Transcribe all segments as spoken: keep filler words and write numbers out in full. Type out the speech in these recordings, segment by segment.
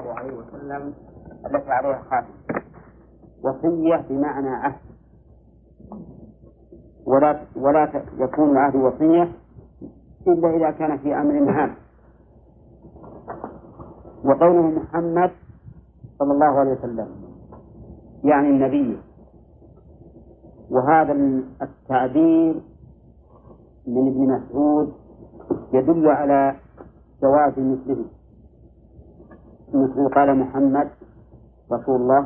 الله عليه وسلم التي عليها خاتم. وصية بمعنى عهد، ولا ولا يكون العهد وصية إلا إذا كان في أمر هام. وقوله محمد صلى الله عليه وسلم يعني النبي، وهذا التعبير من ابن مسعود يدل على جواز مثله، مثل قال محمد رسول الله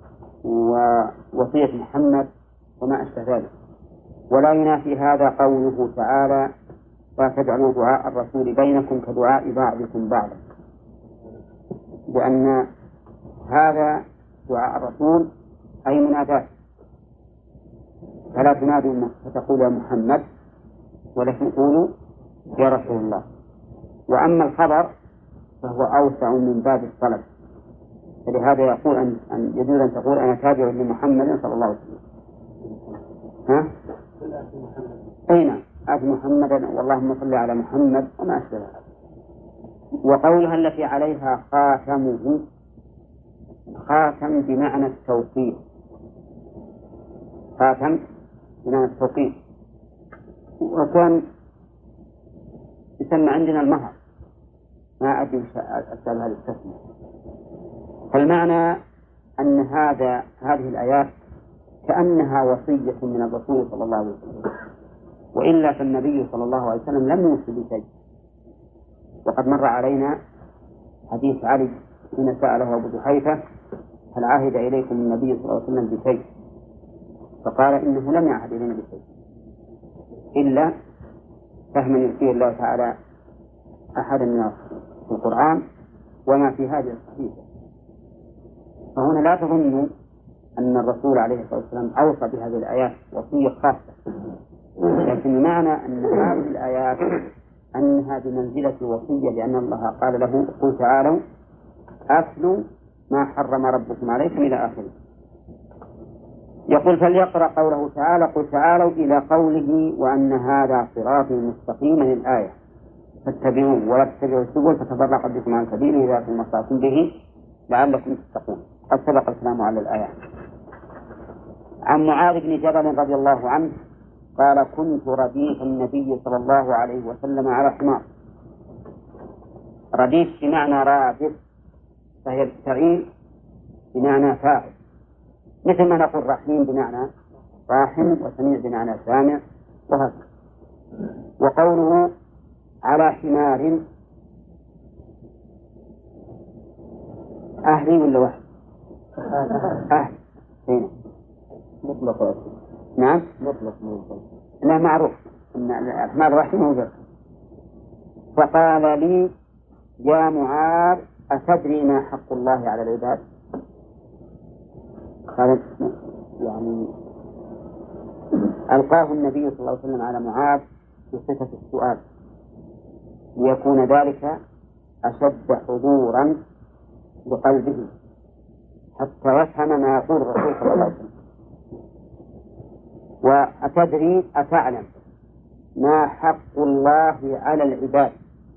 ووصية محمد وما أشبه ذلك. ولا ينافي هذا قوله تعالى لا تجعلوا دعاء الرسول بينكم كدعاء بعضكم بعضا، لأن هذا دعاء الرسول أي مناداة، فلا تنادوا فتقول يا محمد ولكن قولوا يا رسول الله. وأما الخبر فهو أوسع من باب الطلب، فلهذا يقول أن, أن يجوز أن تقول أنا تابع لمحمد صلى الله عليه وسلم. ها؟ أين آت محمدا واللهم صل على محمد وما أشبه. وقولها التي عليها خاتمه، خاتم بمعنى التوقيت، خاتم بمعنى التوقيت، وكان يسمى عندنا المهر، ما أدري أسأل هذه التسمية. فالمعنى أن هذا هذه الآيات كأنها وصية من الرسول صلى الله عليه وسلم، وإلا فالنبي صلى الله عليه وسلم لم يوصي بشيء. وقد مر علينا حديث علي حين سأله أبو جحيفة هل عهد إليكم النبي صلى الله عليه وسلم بشيء؟ فقال إنه لم يعهد إلينا بشيء إلا فهما يؤتيه الله تعالى أحدا من القرآن وما في هذه الصحيفة. فهنا لا تظنوا أن الرسول عليه الصلاة والسلام أوصى بهذه الآيات وصية خاصة، لكن معنى أن هذه الآيات أنها بمنزلة وصية، لأن الله قال له قل تعالوا أتلوا ما حرم ربكم عليكم إلى آخره. يقول فليقرأ قوله تعالى قل تعالوا إلى قوله وأن هذا صراطي مستقيما الآية فاتبعوه ولا تتبعوا السبل فتفرق بكم عن سبيله ذاكم وصاكم به لعلكم تتقون. قد سبق الكلام على الآيات. عن معاذ بن جبل رضي الله عنه قال كنت رديف النبي صلى الله عليه وسلم على حمار. رديف بمعنى رادف، فهي تستعين بمعنى فاعل، مثل ما نقول رحيم بمعنى راحم وسميع بمعنى سامع وهكذا. وقوله على حمار أهلي ولا واحد؟ أهل هنا مطلق. نعم مطلق مطلق. لا معروف أن الحمار رحيم وجر. فقال لي يا معاذ أتدري ما حق الله على العباد؟ قال يعني ألقاه النبي صلى الله عليه وسلم على معاذ بصفة السؤال ليكون ذلك أشد حضورا بقلبه حتى يفهم ما يقول الرسول صلى الله عليه وسلم. وأتدري أتعلم ما حق الله على العباد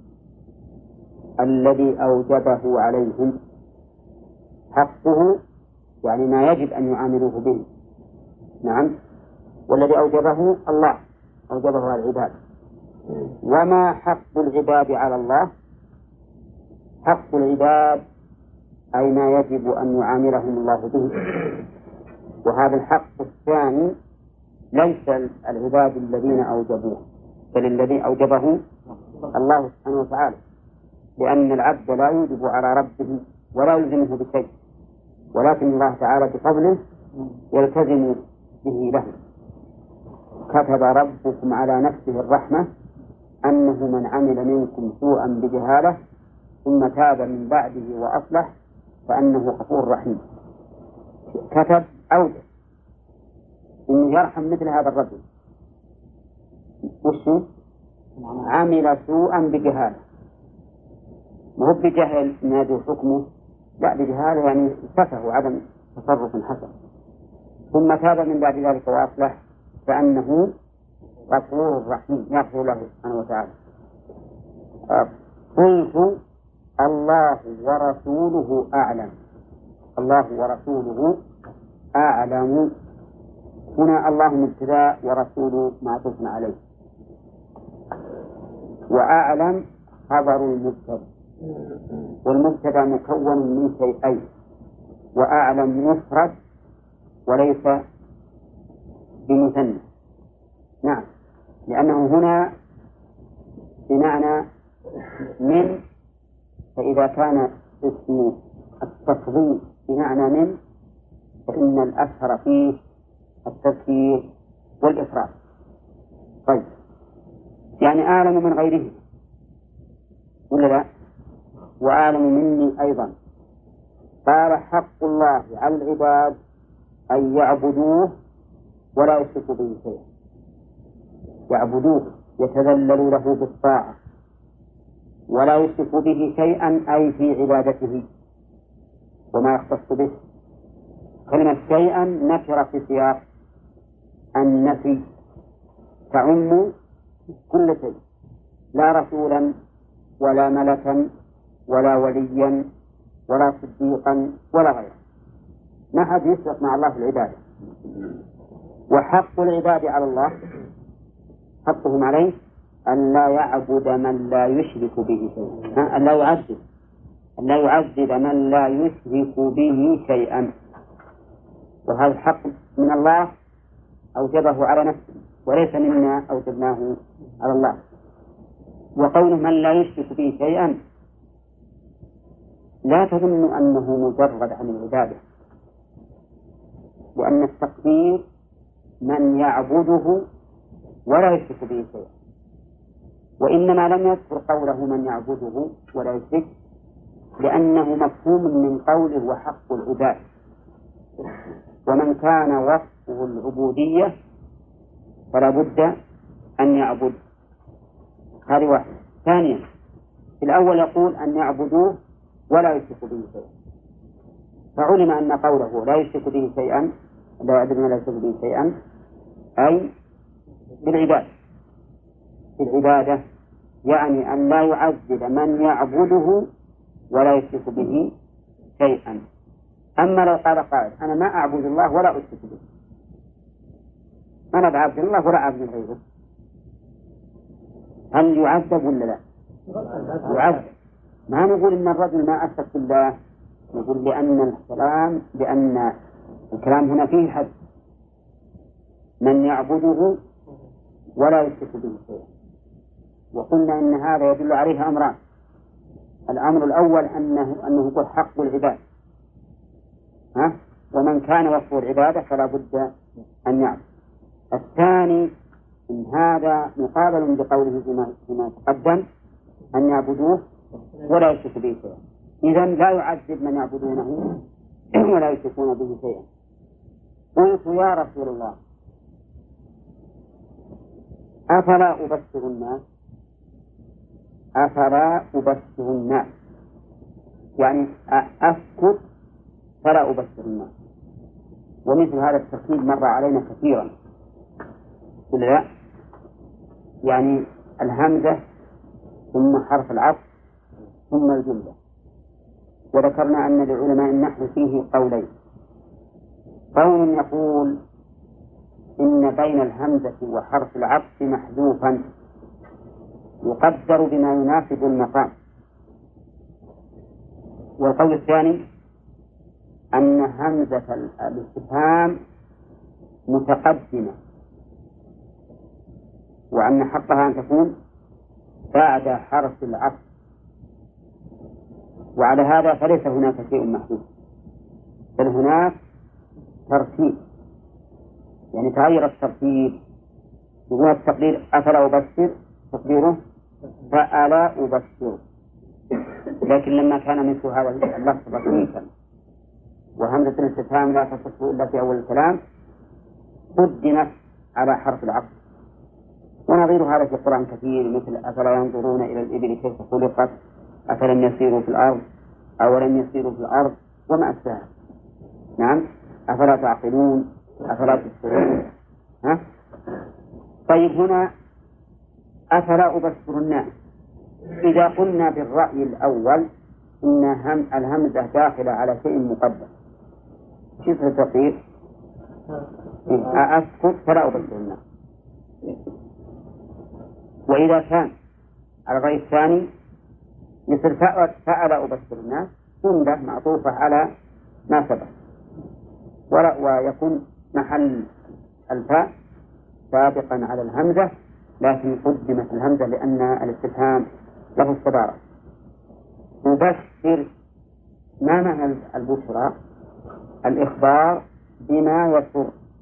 الذي أوجبه عليهم؟ حقه يعني ما يجب أن يعاملوه به. نعم، والذي أوجبه الله أوجبه على العباد. وما حق العباد على الله؟ حق العباد أي ما يجب أن يعاملهم الله به. وهذا الحق الثاني ليس العباد الذين أوجبوه بل الذي أوجبه الله سبحانه وتعالى، لأن العبد لا يوجب على ربه ولا يلزمه بشيء، ولكن الله تعالى بفضله يلتزم به له. كتب ربكم على نفسه الرحمة أنه من عمل منكم سوءا بجهالة ثم تاب من بعده وأصلح فأنه غفور رحيم. كتب أوجب إنه يرحم مثل هذا الرجل. وشو عمل سوءا بجهالة، ما هو بجهل نادوا حكمه، لا بجهالة يعني سفه وعدم تصرف حسن، ثم تاب من بعد ذلك وأصلح فأنه غفور رحيم يغفر له سبحانه وتعالى. قلت الله ورسوله أعلم. الله ورسوله أعلم. هنا الله مبتدأ ورسوله معطوف عليه، وأعلم خبر المبتدأ، والمبتدأ مكون من شيئين، وأعلم مفرد وليس بمثنى. نعم، لأنه هنا بمعنى من، فإذا كان اسم التفضيل بمعنى من فإن الأشهر فيه التذكير والإفراد. طيب، يعني أعلم من غيره ولا لا؟ وأعلم مني أيضا. قال حق الله على العباد أن يعبدوه ولا يشركوا به شيئا. يعبدوه يتذللوا له بالطاعة ولا يشركوا به شيئا، أي في عبادته وما يختص به. كلمة شيئا نكرة في سياق النفي تعم كل شيء، لا رسولا ولا ملكا ولا وليا ولا صديقا ولا غيره. ما حد يشرك مع الله في العبادة. وحق العباد على الله، حقهم عليه أن لا يعبد من لا يشرك به شيئا، أن لا يعذب أن لا يعذب من لا يشرك به شيئا. وهذا الحق من الله أوجبه على نفسه وليس منا أوجبناه على الله. وقول من لا يشرك به شيئا لا تظن أنه مجرد عن العبادة، وأن التقدير من يعبده ولا يشرك به شيئا، وإنما لم يذكر قوله من يعبده ولا يشرك لأنه مفهوم من قوله وحق العباد، ومن كان وصفه العبودية فلا بد أن يعبد. هذه واحدة. ثانيا، في الأول يقول أن يعبدوه ولا يشرك به شيئا، فعلم أن قوله لا يشرك به شيئا لا يعبد ولا يشرك به شيئا أي بالعبادة. بالعبادة يعني أن لا يعذب من يعبده ولا يشرك به شيئا. أما لو قال قائل أنا ما أعبد الله ولا أشرك به، أنا بعبد الله ولا أعبد غيره، هل يعذب ولا لا؟ يعذب. ما نقول إن الرجل ما أشرك بالله، نقول لأن الكلام لأن الكلام هنا فيه حد، من يعبده ولا يشرك به شيئا. وقلنا إن هذا يدل عليه أمران. الأمر الأول أنه أنه يقول حق العباد، ها؟ ومن كان وصفه العبادة فلا بد أن يعبد. الثاني إن هذا مقابل بقوله فيما, فيما تقدم أن يعبدوه ولا يشرك به شيئا، إذن لا يعذب من يعبدونه ولا يشركون به شيئا. قلت يا رسول الله أفلا أبشر الناس أفلا أبشر الناس يعني أسكت فلا أبشر الناس. ومثل هذا الترتيب مر علينا كثيرا، لا يعني الهمزة ثم حرف العطف ثم الجملة. وذكرنا أن لعلماء النحو فيه قولين، قول يقول إن بين الهمزة وحرف العطف محذوفا يقدر بما يناسب المقام، والقول الثاني أن همزة الاستفهام متقدمة وأن حقها أن تكون بعد حرف العطف، وعلى هذا فليس هناك شيء محذوف بل هناك ترتيب، يعني تغير الترتيب. يقول التقدير أفلا أبشر تقديره فألا أبشر، لكن لما كان مثل هذا اللفظ رقيقا وهمزة الاستفهام لا تصح إلا في أول الكلام قدمت على حرف العطف. ونظير هذا في القرآن كثير، مثل أفلا ينظرون إلى الإبل كيف خلقت أفلم يسيروا في الأرض أولم يسيروا في الأرض وما أشبهه. نعم، أفلا تعقلون أفلا تبصرون. ها؟ طيب هنا أفلا أبشر الناس، إذا قلنا بالرأي الأول إن هم الهمزة داخلة على شيء مقدم، كيف تقول؟ أسكت فلا أبشر الناس. وإذا كان على الرأي الثاني مثل فألا أبشر الناس جملة معطوفة على ما سبق، ويكون محل الفاء سابقا على الهمزة، لكن قدمت الهمزة لأن الاستفهام له الصدارة. مبشر، ما معنى البشرى؟ الإخبار بما يسر،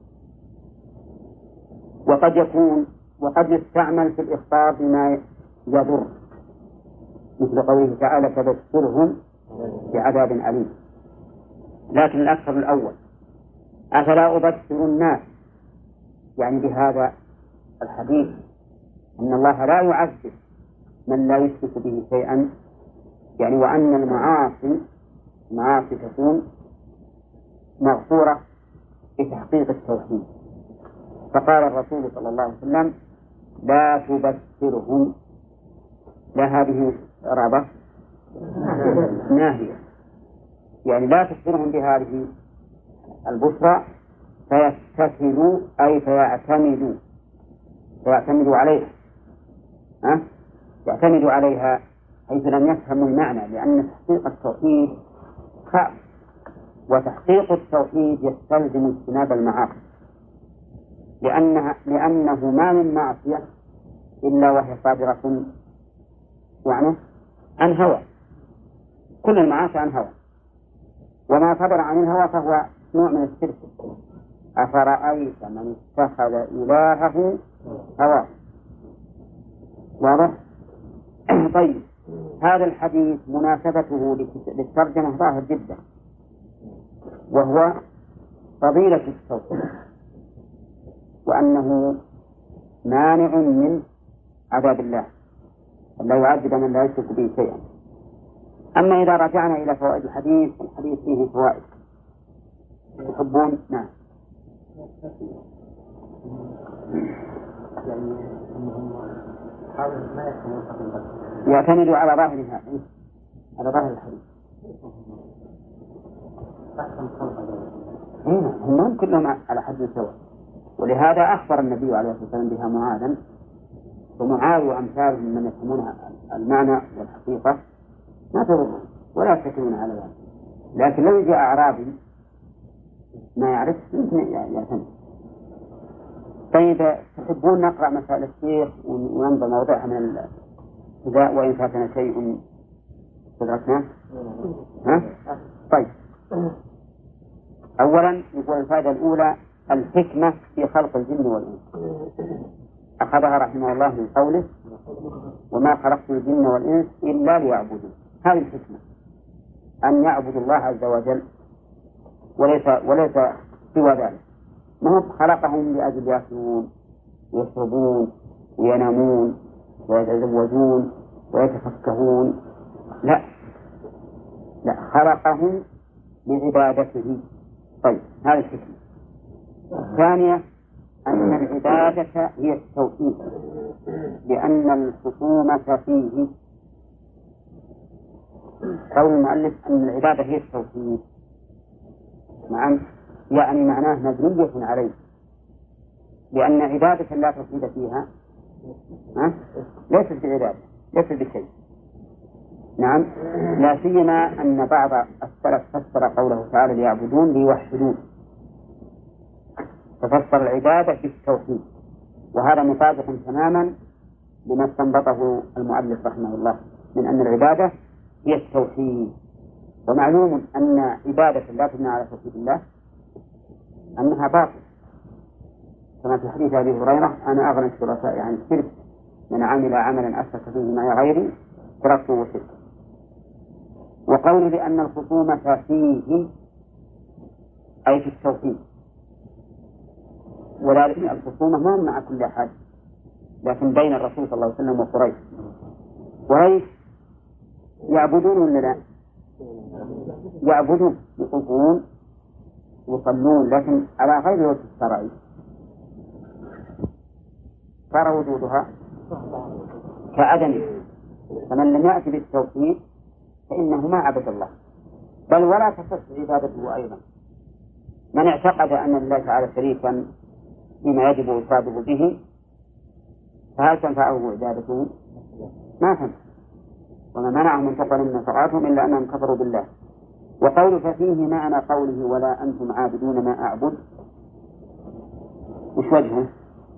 وقد يكون وقد يستعمل في الإخبار بما يضر، مثل قوله تعالى فبشرهم بعذاب أليم. لكن الأكثر الأول، أفلا أبشر الناس، يعني بهذا الحديث أن الله لا يعذب من لا يشرك به شيئا، يعني وأن المعاصي المعاصي تكون مغفورة بتحقيق التوحيد. فقال الرسول صلى الله عليه وسلم لا تبشرهم، لا هذه رابة ناهية، يعني لا تبشرهم بهذه البشرى فيستكلوا أي فيعتمدوا فيعتمدوا عليها أه؟ يعتمدوا عليها حيث لم يفهموا المعنى، لأن تحقيق التوحيد خاص، وتحقيق التوحيد يستلزم اجتناب المعاصي، لأنها لأنه ما من معصية إلا وهي صادرة يعني عن هوى، كل المعاصي عن هوى، وما صدر عن الهوى فهو نوع من الشرك. أفرأيت من اتخذ إلهه هواه. واضح؟ طيب، هذا الحديث مناسبته للترجمة ظاهر جدا، وهو فضيلة التوحيد، وأنه مانع من عذاب الله، لا يعذب من لا يشرك به شيئا. أما إذا رجعنا إلى فوائد الحديث، الحديث فيه فوائد تحبون؟ نعم. يعتمدوا على ظاهرها، على ظاهر الحديث. هم كلهم على حد سواء، ولهذا أخبر النبي عليه الصلاة والسلام بها معاذا، ومعاذ وأمثالهم من يفهمون المعنى والحقيقة ما تضرهم ولا يتكلون على ذلك. لكن لو جاء أعرابي ما يعرف يمكن يعتمد. طيب، تحبون نقرأ مسائل الشيخ وننظر موضوعها من الابتداء وإن فاتنا شيء تدركناه؟ ها؟ طيب، أولا يقول الفائدة الأولى الحكمة في خلق الجن والإنس، أخذها رحمه الله من قوله وما خلقت الجن والإنس إلا ليعبدون. هذه الحكمة، أن يعبدوا الله عز وجل وليس وليس سوى ذلك. ما هو خلقهم لأجل يأكلون ويشربون وينامون ويتزوجون ويتفكهون، لا لا، خلقهم لعبادته. طيب، هذه الحكمة. الثانية أن العبادة هي التوحيد، لأن الخصومة فيه. قول المؤلف أن العبادة هي التوحيد، نعم، يعني معناه مبنية عليه، لأن عبادة لا توحيد فيها ليست بعبادة، ليست بشيء. نعم، لا سيما أن بعض السلف فسر قوله تعالى ليعبدون ليوحدون، ففسر العبادة بالتوحيد، وهذا مطابق تماما لما استنبطه المؤلف رحمه الله من أن العبادة هي التوحيد. ومعلوم أن عبادة لا تبنى على توحيد الله أنها باطل، كما في حديث أبي هريرة أنا أغنى الشركاء عن الشرك من عمل عملا أشرك فيه معي غيري تركته وشركه. وقول لأن الخصومة فيه أي في التوحيد، وذلك الخصومة ما مع كل أحد، لكن بين الرسول صلى الله عليه وسلم وقريش. قريش يعبدون ولا لا؟ يعبدون، يطوفون يصلون، لكن على غير وجه الشرعي، صار وجودها كعدم. فمن لم يأتي بالتوحيد فإنه ما عبد الله، بل ولا تصح عبادته أيضا. من اعتقد أن الله تعالى شريكا فيما يجب إفراده به فهل تنفعه عبادته؟ ما تنفع. وما منعهم من تقبل من طاعاتهم إلا أنهم كفروا بالله. وقول ففيه معنى قوله ولا أنتم عابدون ما أعبد، وش وجهه؟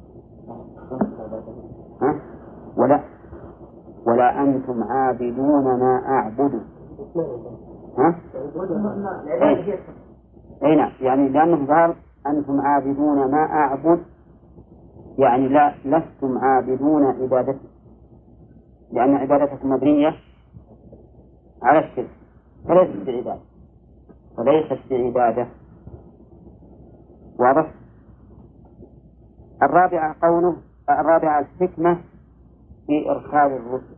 ها؟ ولا ولا أنتم عابدون ما أعبد. ها؟ أي. أي نعم، يعني لأنه قال أنتم عابدون ما أعبد، يعني لا لستم عابدون عبادتي، لأن عبادتكم مبنية على الشرك فليست بعبادة وليست بعبادة. واضح؟ الرابعة قوله الرابعة الحكمة في إرسال الرسل،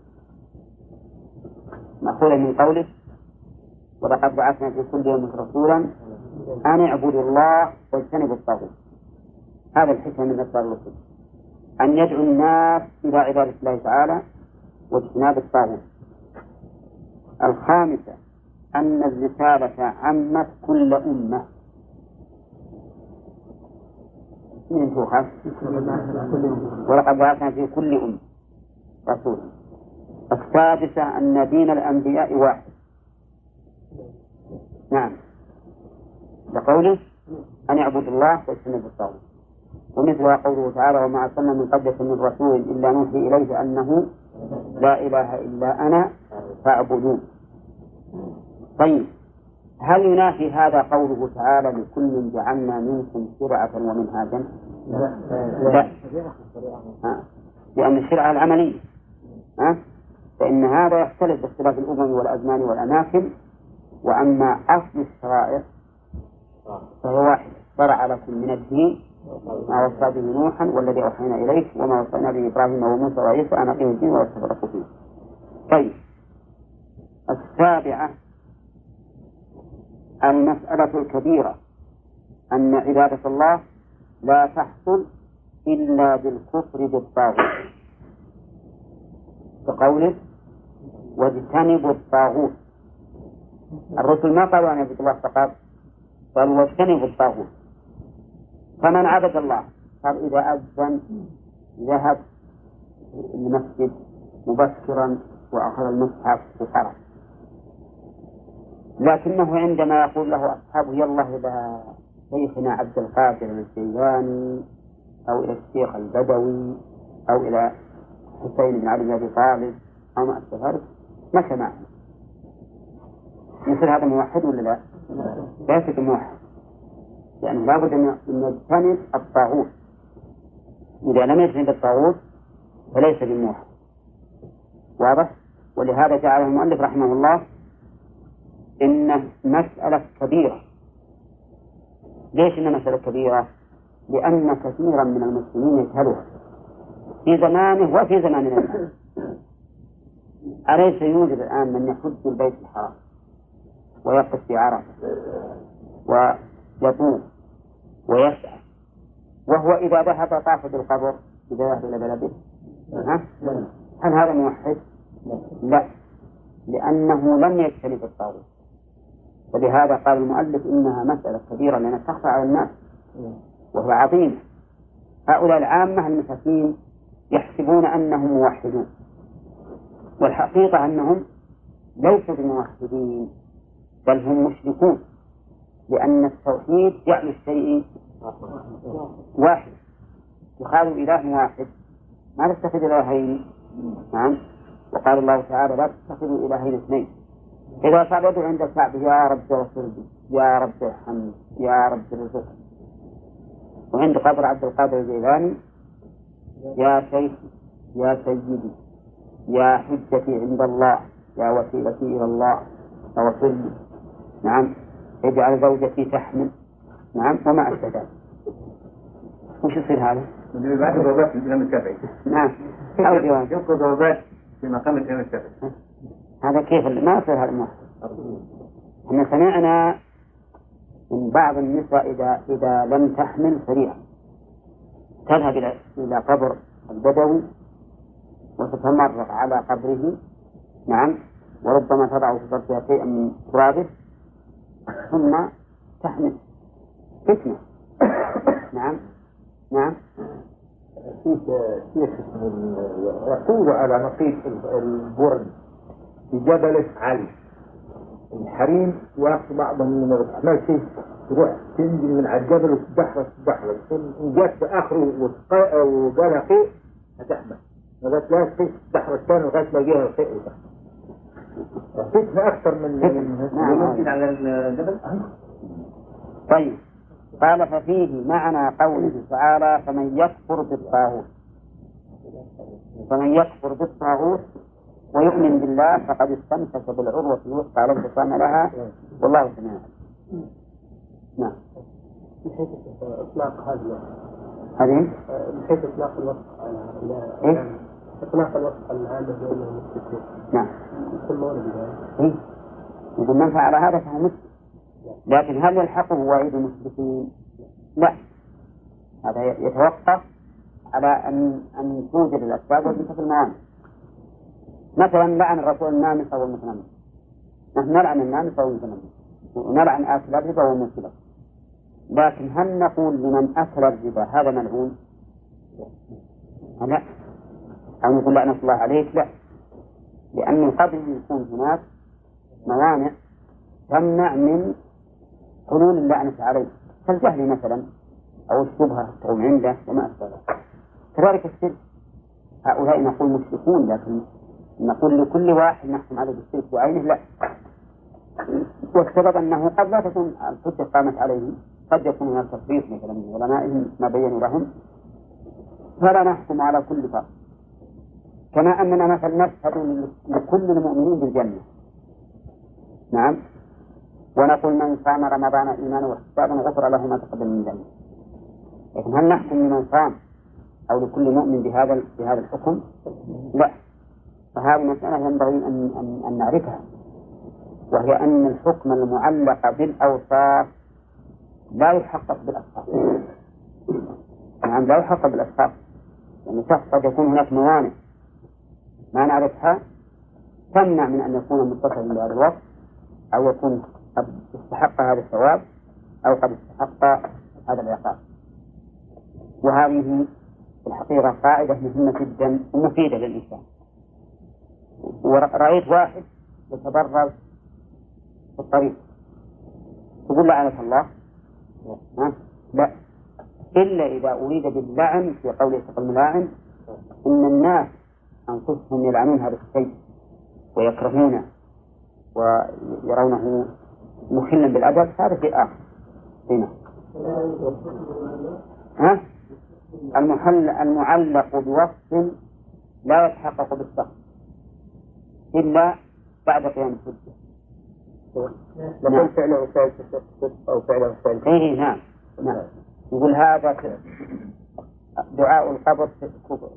مأخوذة من قوله ولقد بعثنا في كل يوم رسولا أن اعبدوا الله واجتنبوا الطاغوت. هذا الحكمة من إرسال الرسل، أن يدعو الناس إلى عبادة الله تعالى واجتناب الطاغوت. الخامسة أن الرسالة عمت كل أمة. من توخف ولقد بعثنا في كل أمة رسولا. السادسة أن دين الأنبياء واحد. نعم، لقوله أن يعبد الله واجتنب الطاغوت. ومثلها قوله تعالى وما أرسلنا من قبلك من رسول إلا نوحي إليه أنه لا إله إلا أنا فاعبدون. طيب، هل ينافي هذا قوله تعالى لكل جعلنا منكم شرعة ومنهاجا؟ لا, لا. ها. لأن الشرعة العملية، ها؟ فإن هذا يختلف باختلاف الأمم والأزمان والأماكن، وأما أصل الشرائع فهو واحد. شرع لكم من الدين ما وصى به نوحا والذي أوحينا إليك وما وصينا به إبراهيم وموسى وعيسى أن أقيموا الدين ولا تفرقوا فيه. طيب، السابعة المسألة الكبيرة أن عبادة الله لا تحصل إلا بالكفر بالطاغوت، كقوله واجتنبوا الطاغوت. الرسل ما قالوا أن يعبدوا الله فقط، قالوا واجتنبوا الطاغوت. فمن عبد الله قال إذا أذن ذهب المسجد مبكرا وأخذ المصحف وخرج، لكنه عندما يقول له أصحابه يلا إلى شيخنا عبد القادر الجيلاني أو إلى الشيخ البدوي أو إلى حسين بن علي بن أبي طالب أو ما أشبه ذلك مشى معه، مثل هذا موحد ولا لا؟ ليس بموحد، لأنه لابد أن يجتنب الطاغوت. إذا لم يجتنب الطاغوت فليس بموحد. واضح؟ ولهذا جعله المؤلف رحمه الله إن مسألة كبيرة. ليش إن مسألة كبيرة؟ لأن كثيرا من المسلمين يجهلها في زمانه وفي زماننا الآن. أليس يوجد الآن من يحج البيت الحرام ويقف في عرفة ويطوف ويسعى وهو إذا ذهب طاف بالقبر إذا ذهب إلى بلده؟ هل هذا موحد؟ لا، لأنه لم يجتنب الطاغوت. ولهذا قال المؤلف إنها مسألة كبيرة لأنها تخفى على الناس وهي عظيمة. هؤلاء العامة المساكين يحسبون أنهم موحدون، والحقيقة أنهم ليسوا بموحدين بل هم مشركون، لأن التوحيد جعل الشيء واحد. يخالوا إله واحد ما تتخذ إلهين. نعم، وقال الله تعالى لا تتخذوا إلهين اثنين. إذا صار يدعو عند الكعبة يا رب اغفر لي يا رب ارحمني يا رب ارزقني، وعند قبر عبد القادر الجيلاني يا شيخ يا سيدي يا حجتي عند الله يا وسيلتي إلى الله اغفر لي، نعم، اجعل زوجتي تحمل، نعم، وما أشبه ذلك. وش يصير هذا؟ بعد ضربات في الإمام الشافعي. نعم، أو جواب ينقض ضربات في مقام الإمام الشافعي. هذا كيف ما يصير هذا الموحد؟ احنا سمعنا من بعض النساء إذا إذا لم تحمل سريعا تذهب إلى إلى قبر البدوي وتتمرغ على قبره، نعم، وربما تضع في ظرفها شيئا من ترابه ثم تحمل فتنة. نعم نعم. يقول على نقيض البرد في جبل علي الحريم ياخذ بعضهم من الرحمن شيء تروح تنزل من على الجبل وتبحر تبحر إن جات في آخره وقالها قيء هتحمل ما جات لا قيء تبحر الثاني لغاية ما جاها قيء وتحمل فتنة أكثر من يمكن على الجبل. طيب قال ففيه معنى قوله تعالى فمن يكفر بالطاغوت فمن يكفر بالطاغوت ويؤمن بالله فقد استمسك بالعروة الوثقى لا انفصام لها والله سميع عليم. نعم. من حيث إطلاق هذه هذه من حيث إطلاق الوصف على إيه؟ إطلاق الوصف على العامة بأنه مشركون. نعم. يسمون بذلك. إيه؟ يقول من فعل هذا فهو مشرك. لكن هل يلحقه وعيد المشركين؟ لا. هذا يتوقف على أن أن توجد الأسباب وتنتفي الموانع. مثلا لعن الرسول النامص والمتنمص. نحن نلعن النامص والمتنمص ونلعن آكل الربا والمنكر. لكن هل نقول لمن أكل الربا هذا ملعون؟ لا. أو نقول لعنة الله عليك؟ لا. لأن قبل أن يكون هناك موانع تمنع من حلول اللعنة عليه كالجهل مثلا أو الشبهة تقوم عنده وما أشبه ذلك. كذلك الشرك هؤلاء نقول مشركون لكن نقول لكل واحد نحكم عليه بالشرك بعينه لا. والسبب أنه قد لا تكون الحجة قامت عليه قد يكون هناك تفريط مثلا من علمائهم ما بينوا لهم فلا نحكم على كل فرد. كما أننا مثلا نشهد لكل المؤمنين بالجنة. نعم. ونقول من صام رمضان إيمانا واحتسابا غفر له ما تقدم من ذنبه. لكن هل نحكم لمن صام أو لكل مؤمن بهذا بهذا الحكم؟ لا. فهذه مسألة ينبغي أن, أن, أن نعرفها وهي أن الحكم المعلق بالأوصاف لا يحقق بالأشخاص. نعم لا يحقق بالأشخاص يعني قد يكون هناك موانع ما نعرفها تمنع من أن يكون متصلا بهذا الوصف أو يكون قد استحق هذا الثواب أو قد استحق هذا العقاب. وهذه الحقيقة قاعدة مهمة جدا ومفيدة للإنسان. ورأيت واحد يتبرر في الطريق تقول لعنة الله لا إلا إذا أريد باللعن في قول يسق الملاعن إن الناس أنفسهم يلعنون هذا الشيء ويكرهونه ويرونه مخلا بالأدب هذا شيء آخر. هنا ها المحل المعلق بوصف لا يتحقق بالشخص إلا بعد قيام الحجة. نعم. فعله فعل أو فعله فعل. إيه نعم نعم. يقول هذا دعاء القبر في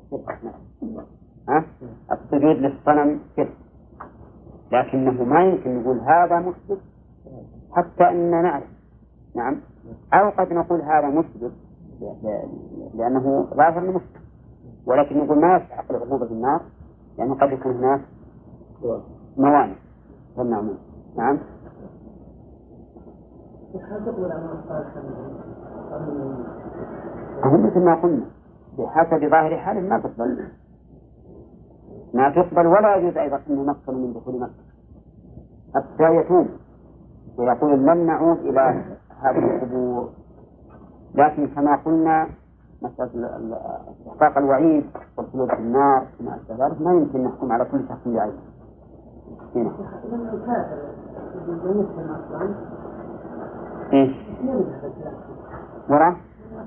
ها السجود للصنم كفر لكنه ما يمكن نقول هذا مشرك حتى أن نعرف. نعم. أو قد نقول هذا مشرك لأنه ظاهر مشرك ولكن نقول ما يستحق العقوبة بالنار لأنه قد يكون هناك موانع تمنعون. نعم. هم مثل ما قلنا بحسب ظاهر حال ما تقبل ما تقبل ولا يجوز أيضا أن ينقل من دخول مكة حتى يتوب ويقول لن نعود إلى هذه القبور. لكن كما قلنا مسألة استحقاق الوعيد والخلود في النار وما أشبه ذلك ما يمكن نحكم على كل شخص بعينه. هنا. إيه؟ وراء؟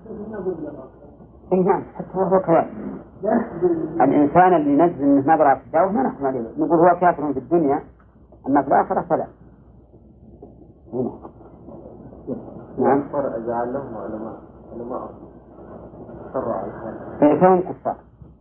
إيه نعم حتى هو كذلك. الإنسان اللي ينزل منه نظرة في الدعوة ما نحكم عليه نقول هو كافر في الدنيا أما في الآخرة فلا. هنا. نعم. جعل لهم علماء علماء صروا على هذا. فهم كفار.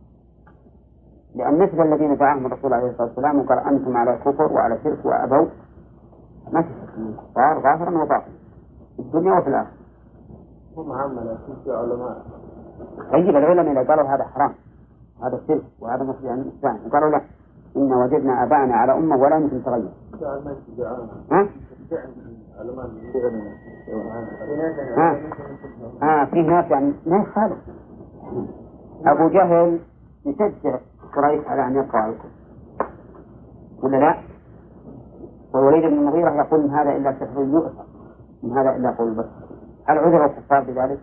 لأن مثل الذين دعاهم الرسول عليه الصلاة والسلام وقال أنتم على كفر وعلى شرك وأبوا ما تشرك من كفار ظاهرا وباطنا في الدنيا وفي الآخرة. هم عامة في علماء. طيب العلماء إذا قالوا هذا حرام هذا شرك وهذا مخرج عن الإسلام وقالوا لا إن وجدنا آباءنا على أمة ولا يمكن تغير. ها؟ ها؟ ها في ناس يعني ما يخالف. أبو جهل يشجع قريش على أن يقرأ الكفر ولا لا؟ والوليد بن المغيرة يقول إن هذا إلا سحر يؤثر، إن هذا إلا قول بشر. هل عذر الكفار بذلك؟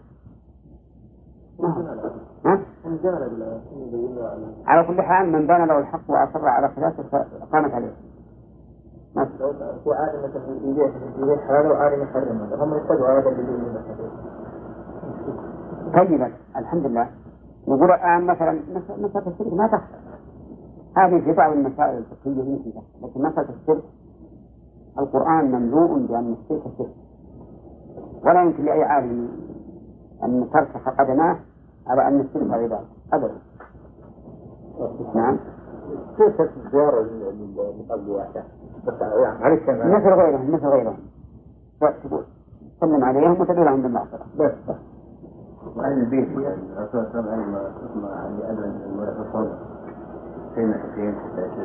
ها؟ على كل حال من بان له الحق وأصر على خلافه فقامت عليه. في عالم مثلا يبيع حلال وعالم يحرم هذا هم يتبعوا هذا اللي طيب الحمد لله. نقول الآن مثلا مسألة الشرك ما تخسر، هذه في بعض المسائل الفقهية يمكن تخسر، لكن مسألة الشرك القرآن مملوء بأن الشرك شرك، ولا يمكن لأي عالم أن ترسخ قدماه على أن الشرك عبادة أبدا. نعم. كيف الزيارة لقلب واحد؟ مثل غيرهم مثل غيرهم. تقول سلم عليهم وتدعو لهم بالمغفرة. بس. وأهل البيت الرسول صلى الله عليه وسلم عن أذن المرأة سيدنا الحسين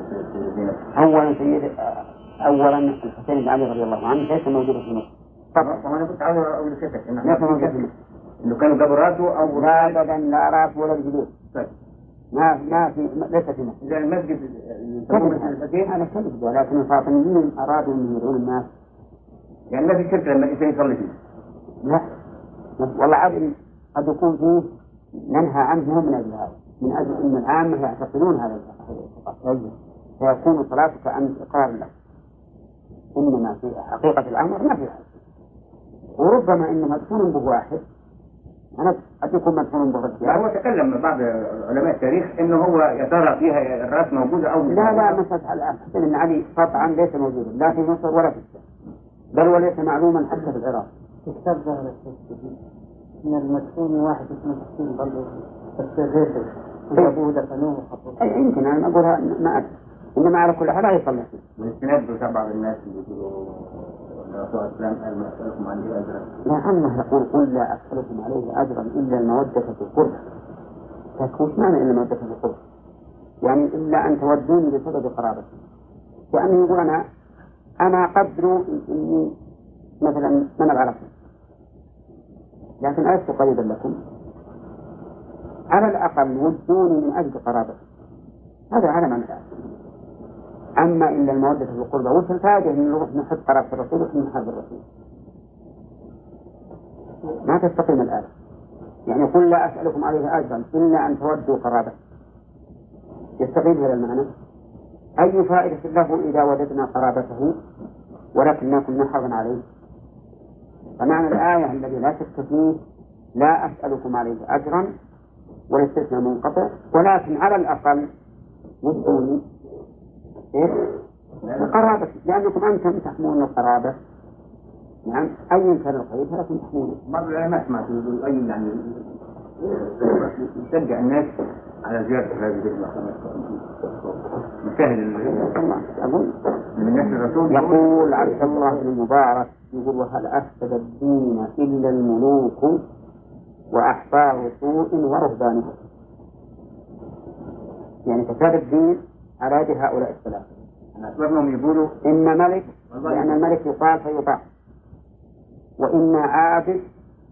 أولا سيد أولا الحسين بن علي رضي الله عنه ليس موجودا في مصر. طبعا أنا كنت عاوز أقول لك ليس موجودا في مصر. إنه كانوا قبل راسه أو لا أبدا لا راس ولا الجلود. طيب. ما ما في ليس في مصر. إذا المسجد كذب على كذب، ولكن الفاطميين أرادوا أن يدعون الناس. يعني ما في شرك لما الإنسان يصلي فيه. لا والله عاد قد يكون فيه ننهى عنه من أجل هذا، من أجل أن العامة يعتقدون هذا الاعتقاد فيكون صلاتك أنت إقرار له، إنما في حقيقة الأمر ما في هذا. وربما إنما تكون به واحد أنا قد يكون مدفون بالرجال. هو تكلم بعض علماء التاريخ إنه هو يترى فيها الرأس موجودة أو لا لا مسألة الآن حسن بن علي قطعا ليس موجودا لا في مصر ولا في الشام، بل وليس معلوما حتى في العراق. كتاب ظهر من المدفون واحد اسمه حسين برضه السيد أبوه دفنوه وحطوه. أي يمكن أنا أقولها ما أدري، إنما على كل حال لا يصلح فيه. والاستناد بتاع بعض الناس اللي يقولوا الرسول الإسلام قال ما أسألكم عنه أجرا. لا الله يقول قل لا أسألكم عليه أجرا إلا المودة في القربى. وش معنى إلا المودة في القربى؟ يعني إلا أن تودوني بسبب قرابتي. يعني يقول أنا أنا قدر إني مثلا من أعرفه لكن ألست قريبا لكم، على الأقل ودوني من أجل قرابتي، هذا على معنى الآية. أما إلا المودة في القربى وش الفائدة إن نروح نحط قرابة الرسول ونحن نحب الرسول؟ ما تستقيم الآية. يعني قل لا أسألكم عليه أجرا إلا أن تودوا قرابته، يستقيم هذا المعنى؟ أي فائدة له إذا وجدنا قرابته ولكن كنا حرا عليه؟ فمعنى الآية الذي لا شك فيه لا أسألكم عليه أجرا والاستثناء منقطع، ولكن على الأقل ودوني إيه؟ القرابة، لأنكم أنتم تحمون القرابة. نعم أي كان الخير لكن تحمونه. مرة ما سمعت يقول أي يعني يشجع الناس على زيارة هذه المقامات مسهل أقول من الناس الرسول يقول عبد الله بن المبارك يقول وهل أفسد الدين إلا الملوك وأحبار سوء ورهبانها. يعني فساد الدين على يد هؤلاء الثلاثة. أسبابهم يقولوا إما ملك لأن الملك يقال فيطاع، وإما عابد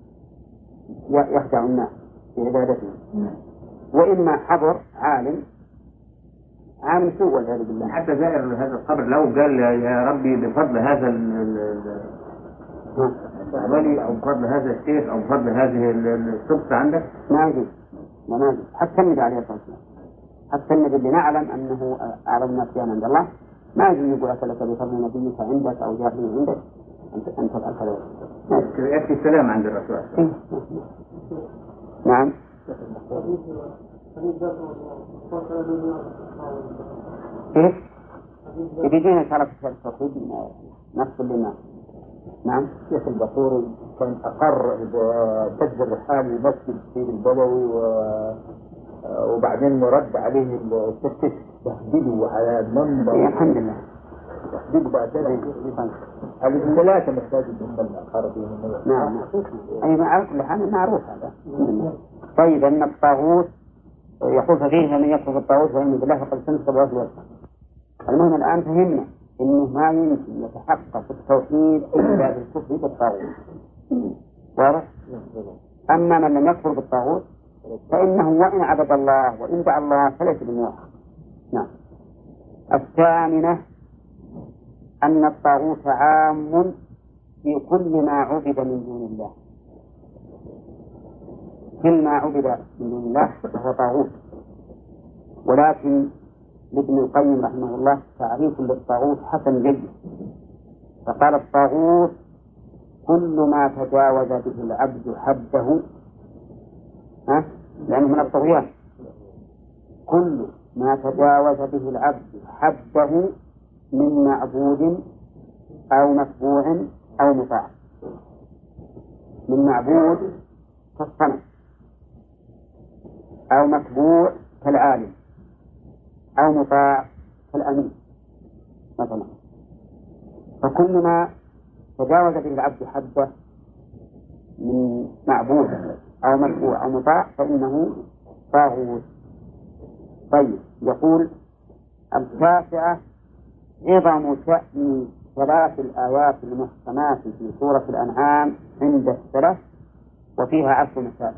يخدع الناس في عبادته، وإما حضر عالم عالم سوء والعياذ بالله. حتى زائر هذا القبر لو قال يا ربي بفضل هذا الولي أو بفضل هذا الشيخ أو بفضل هذه السبطة عندك ما يجوز ما يجوز حتى النبي عليه الصلاة والسلام، حتى النبي اللي نعلم أنه أعلم الناس كان عند الله ما يجوز يقول أكلك بفضل نبيك عندك أو جاهل عندك أنت أنت الأكل. يكفي السلام عند الرسول. نعم. كيف؟ يجينا إن شاء الله في التوحيد نفس لنا. نعم. الشيخ البخوري كان أقر بسد الرحال المسجد في البلوي و... وبعدين رد عليه التفتيش تهديده على المنبر. الحمد لله. تهديده بعد ذلك. هذه ثلاثة مساجد دخلنا أقر فيهم. نعم. أي على كل حال معروف هذا. طيب أن الطاغوت يقول فيه من يكفر بالطاغوت ويؤمن بالله فقد استمسك بالعروة الوثقى. المهم الآن فهمنا إنه ما يمكن يتحقق التوحيد إلا بالكفر بالطاغوت. واضح؟ أما من لم يكفر بالطاغوت فإنه وإن عبد الله وإن دعا الله فليس بموحد. نعم. الثامنة أن الطاغوت عام في كل ما عبد من دون الله. كل ما عبد من دون الله فهو طاغوت. ولكن لابن القيم رحمه الله تعريف للطاغوت حسن جيد، فقال الطاغوت كل ما تجاوز به العبد حده، ها؟ لأنه من الطغيان، كل ما تجاوز به العبد حده من معبود أو متبوع أو مطاع. من معبود كالصنم، أو متبوع كالعالم، أو مطاع كالأمين مثلا. فكل ما تجاوز به العبد حده من معبود أو متبوع أو مطاع فإنه طاغوت. طيب، يقول التاسعة عظم شأن ثلاث الآيات المحكمات في سورة الأنعام عند السلف، وفيها عشر مسائل.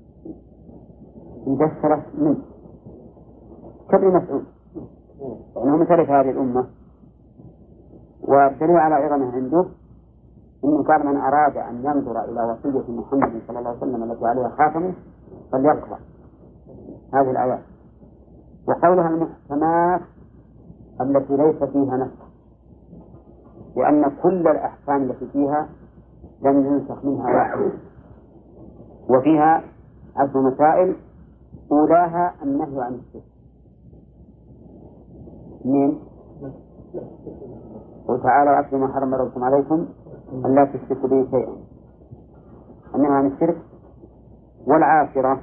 عند السلف من كابن مسعود، لأنه من سلف هذه الأمة، والدليل على عظمه عنده إنه كان من أراد أن ينظر إلى وصية محمد صلى الله عليه وسلم التي عليها خاتمه فليقرأ هذه الآيات. وقولها المحكمات التي ليس فيها نسخ، لأن كل الأحكام التي فيها لم ينسخ منها واحد، وفيها عشر مسائل أولاها النهي عن الشرك. اثنين، وتعالى أتلوا ما حرم ربكم عليكم ألا تشركوا به شيئا، النهي عن الشرك. والعاشرة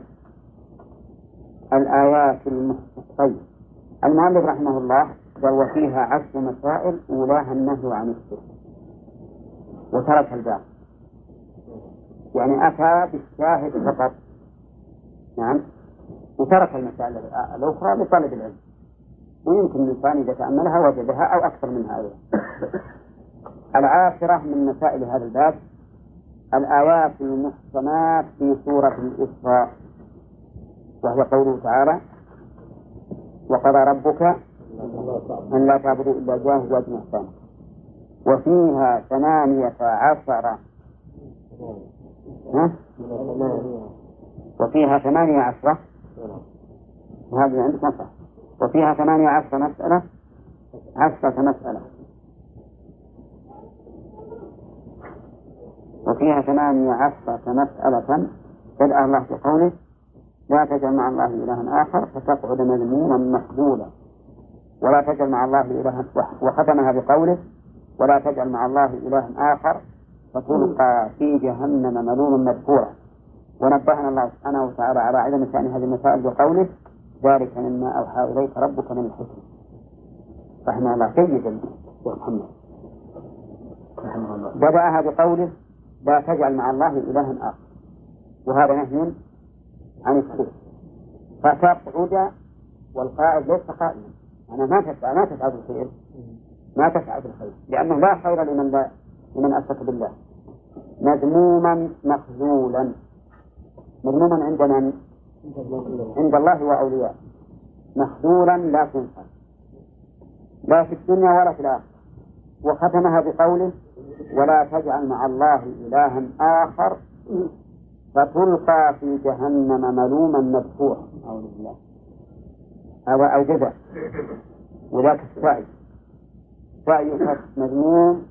الآيات المحكمة. المؤلف رحمه الله قال وفيها عشر مسائل أولاها النهي عن الشرك، وترك الباقي، يعني أتى بالشاهد فقط. نعم، وترك المسائل الأخرى لطالب العلم، ويمكن الإنسان إذا تأملها وجدها أو أكثر منها أيضا. العاشرة من مسائل هذا الباب الآيات المحكمات في سورة الإسراء، وهي قوله تعالى وقضى ربك أن لا تعبدوا إلا إياه وبالوالدين إحسانا. وفيها ثمانية عشر وفيها ثمانية عشرة هذه عندك نصح. وفيها ثمانية عشر مسألة عشرة مسألة وفيها ثمانية عشرة مسألة بدأ الله بقوله لا تجعل مع الله إلها آخر فتقعد مذموما مخذولا، ولا تجعل مع الله إلها، وختمها بقوله ولا تجعل مع الله إلها آخر فتلقى في جهنم ملوما مدحورا. ونبهنا الله سبحانه وتعالى على عدم شأن هذه المسائل بقوله ذلك مما أوحى إليك ربك من الحكمة. رحمه الله جيدا يا محمد. بدأها بقوله لا تجعل مع الله إلها آخر، وهذا نهي عن الشرك. فتقعد والقائد ليس قائما، أنا ما تفعل ما تفعل الخير ما تفعل الخير لأنه لا خير لمن لا لمن أشرك بالله. مذموما مخذولا، مذموما عند من؟ عند الله وأولياء، مخذولا لا تنفع لا في الدنيا ولا في الآخرة. وختمها بقوله ولا تجعل مع الله إلها آخر فتلقى في جهنم ملوما مدحورا. أعوذ بالله. هذا أوجبه، وذاك السعي سعيك مذموم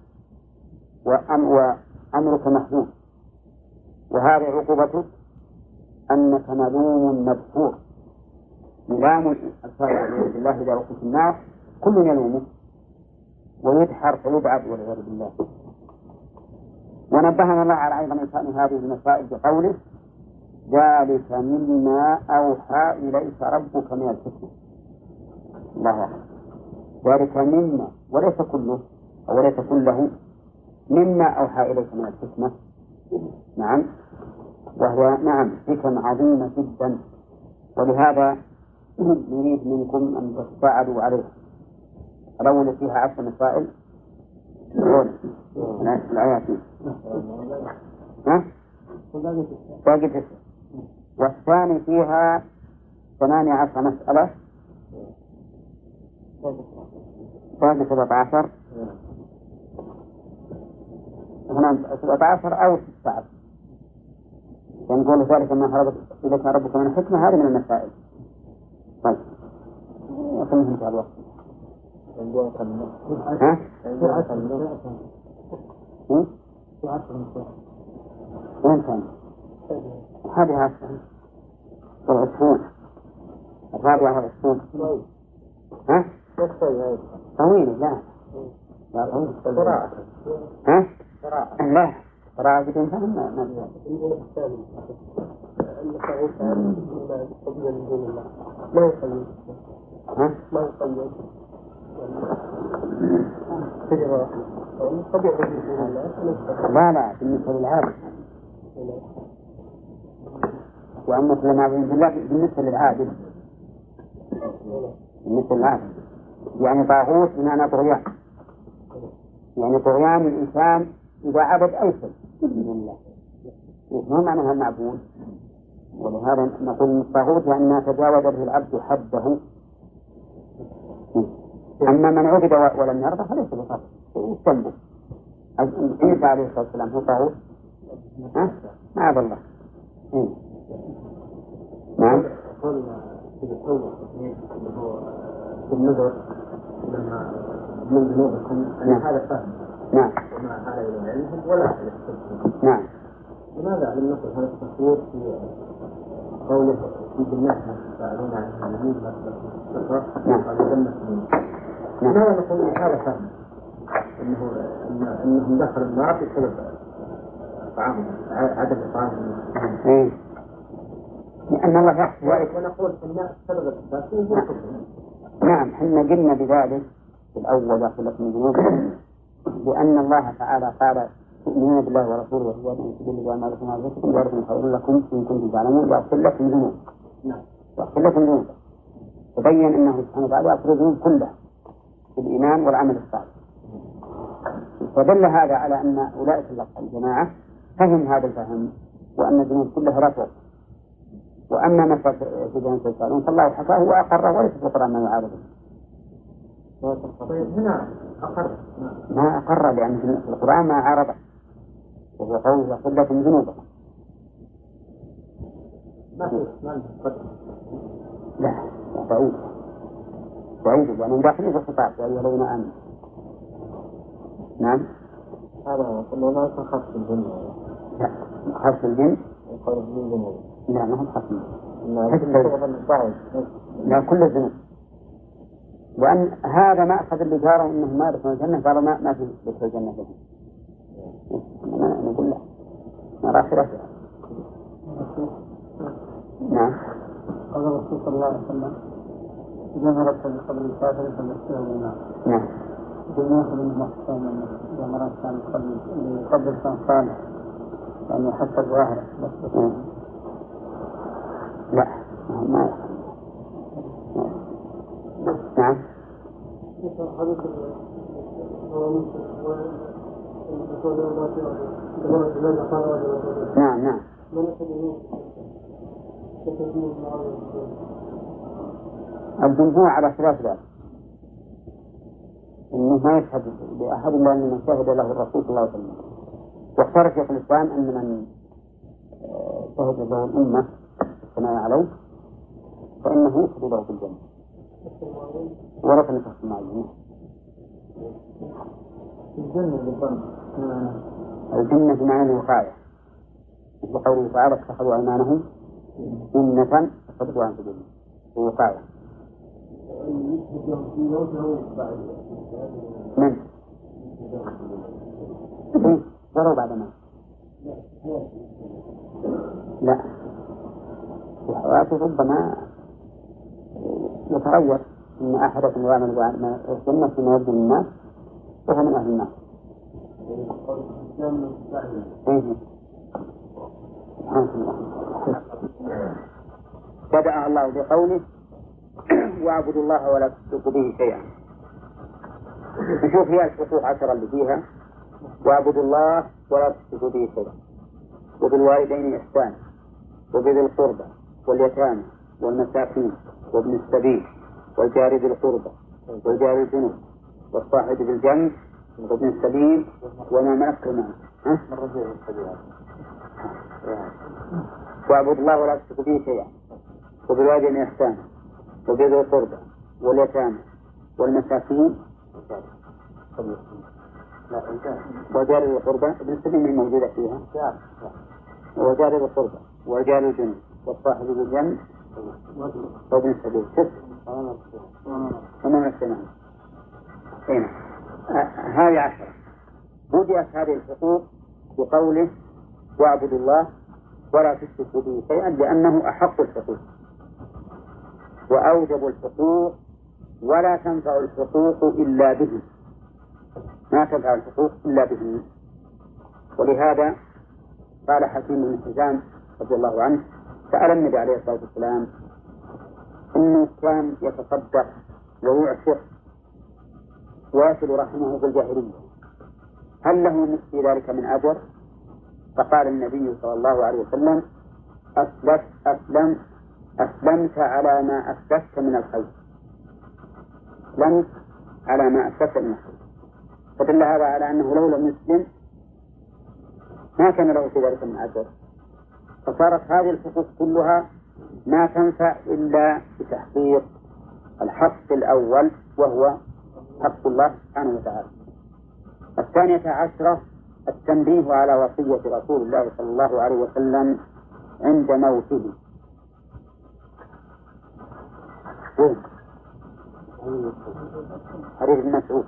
وأمرك محمود، وهذه عقوبتك أنك ملوم مدحور. ملام السعي والعياذ بالله إذا وقف النار كل يلومه ويدحر فيبعد والعياذ بالله. ونبهنا الله على أيضا شأن هذه المسائل بقوله ذلك مما أوحى إليك ربك من الحكمة. الله أكبر. ذلك مما وليس كله أو ليس كله، مما أوحى إليك من الحكمة. نعم، وهو نعم حكم عظيمة جدا، ولهذا نريد منكم أن تستعدوا عليه. الأول فيها عشر مسائل الآيات ها؟ باقي تسع، والثاني فيها ثمانية عشر مسألة باقي سبعة عشر، هنا سبعة عشر أو ستة عشر، ونقول ذلك ما خرجت إذا كان ربك من الحكمة هذه من المسائل. طيب وكم انتهى الوقت؟ ها؟ وين كان؟ هذه عشرة والعشرون الرابعة والعشرون. ها؟ طويل لا لا طويل. ها؟ لا قراءة بدون فهم ما ما ما يقيد. ها؟ ما يقيد. لا لا بالنسبة للعادة، وأما لما بالنسبة للعادل بالنسبة للعادل يعني طاغوت بمعنى طغيان، يعني طغيان الإنسان إذا عبد أي شيء بإذن الله ما معناها المعبود. ولهذا نقول الطاغوت لأنها تجاوز به العبد حده. أما من عبد ولم يرضى فليس بطاغوت يستنبه. عيسى عليه الصلاة والسلام هو طاغوت؟ ها؟ معاذ الله. إيه. نعم. بالنظر لما من ذنوبكم أن هذا فهم. نعم. وما هذا إلى علمهم ولا يستطيعون. نعم. لماذا لم نقل هذا التصوير في قوله في جنات يسألون عن النبي مثل قال جنة لماذا نقول هذا فهم إنه إنهم دخلوا النار بسبب طعامهم عدم طعامهم. إيه. لأن الله يحفظ ذلك. ونقول الناس سبب التفاسير. نعم حنا قلنا بذلك في الأول يغفر لكم من ذنوبكم لأن الله تعالى قال تؤمنون بالله ورسوله وتؤمنون بالله وما لكم أنفسكم ذلكم خير لكم إن كنتم تعلمون يغفر لكم ذنوبكم. نعم. يغفر لكم ذنوبكم. تبين أنه سبحانه وتعالى يغفر الذنوب كلها بالإيمان والعمل الصالح. فدل هذا على أن أولئك الجماعة فهم هذا الفهم وأن الذنوب كلها لا تغفر. وأما ما في جنة يسألون فالله حكاه وأقره وليس في القرآن ما يعارضه. هنا أقر ما أقر لأن في القرآن ما عارضه وهو قوله يغفر لكم ذنوبكم. ما في ما لا بعيد بعيد لأنهم داخلين في الخطاب يا أيها الذين آمنوا. نعم. هذا كله ما يخص الجن. لا خاص الجن. يقول الجن لا ما هم خاصين. لا لا كل الذنوب. وأن هذا ما أخذ اللي جاره إنه ما يدخل الجنة قالوا ما ما في يدخل الجنة لهم. أنا نقول لا نرى خلافها. نعم. قال الرسول صلى الله عليه وسلم إذا مرت بقبر الكافر فليسير النار. نعم. بالنسبة للمحسن إذا مرت كان قبر كان صالح يعني حتى الظاهر بس. لا ما نعم. نعم نعم. الجمهور على خلاف ذلك إنه ما يشهد لأحد إلا أن من شهد له الرسول صلى الله عليه وسلم. واختار شيخ الإسلام أن من شهد له الأمة الثناء عليه فإنه يشهد له في الجنة ولكن شخص معين. الجنة بالضبط. الجنة بمعنى الوقاية مثل قوله تعالى اتخذوا أيمانهم جنة فصدقوا عن سبيله ووقاية. من؟ إيه ولو بعد ما لا في حياته ربما يتغير إن أحدكم يعمل الجنة فيما يبدو للناس وهو من أهل الناس. إيه بدأ الله بقوله واعبدوا الله ولا تشركوا به شيئا. نشوف هي الحقوق عشرة اللي فيها: واعبدوا الله ولا تشركوا به شيئا، وبالوالدين إحسانا، وبذي القربى واليتامى والمساكين وابن السبيل والجار ذي القربى والجار الجنوب والصاحب بالجنب وابن السبيل وما ملكت معه. واعبدوا الله ولا تشركوا به شيئا، وبالوالدين إحسانا، وبذي القربى واليتامى والمساكين وجار ذي القربى. ابن السبيل موجودة فيها، وجار ذي القربى وجار الجنوب والصاحب بالجنب وابن السبيل ست وما ملكت معه. هنا هذه عشرة. بدأت هذه الحقوق بقوله: واعبدوا الله ولا تشركوا به شيئا، لأنه أحق الحقوق وأوجب الحقوق، ولا تنفع الحقوق إلا به، ما تنفع الحقوق إلا به. ولهذا قال حكيم بن حزام رضي الله عنه: سأل النبي عليه الصلاة والسلام إنه كان يتصدق ويعشق ويصل رحمه في الجاهلية، هل له في ذلك من أجر؟ فقال النبي صلى الله عليه وسلم: أسلمت أسلم أسلمت على ما أسلفت من الخير، أسلمت على ما أسلفت من الخير. فدل هذا على أنه لو لم يسلم ما كان له في ذلك من أجر. فصارت هذه الحقوق كلها ما تنفع إلا بتحقيق الحق الأول، وهو حق الله سبحانه وتعالى. الثانية عشرة: التنبيه على وصية رسول الله صلى الله عليه وسلم عند موته. حديث ابن مسعود.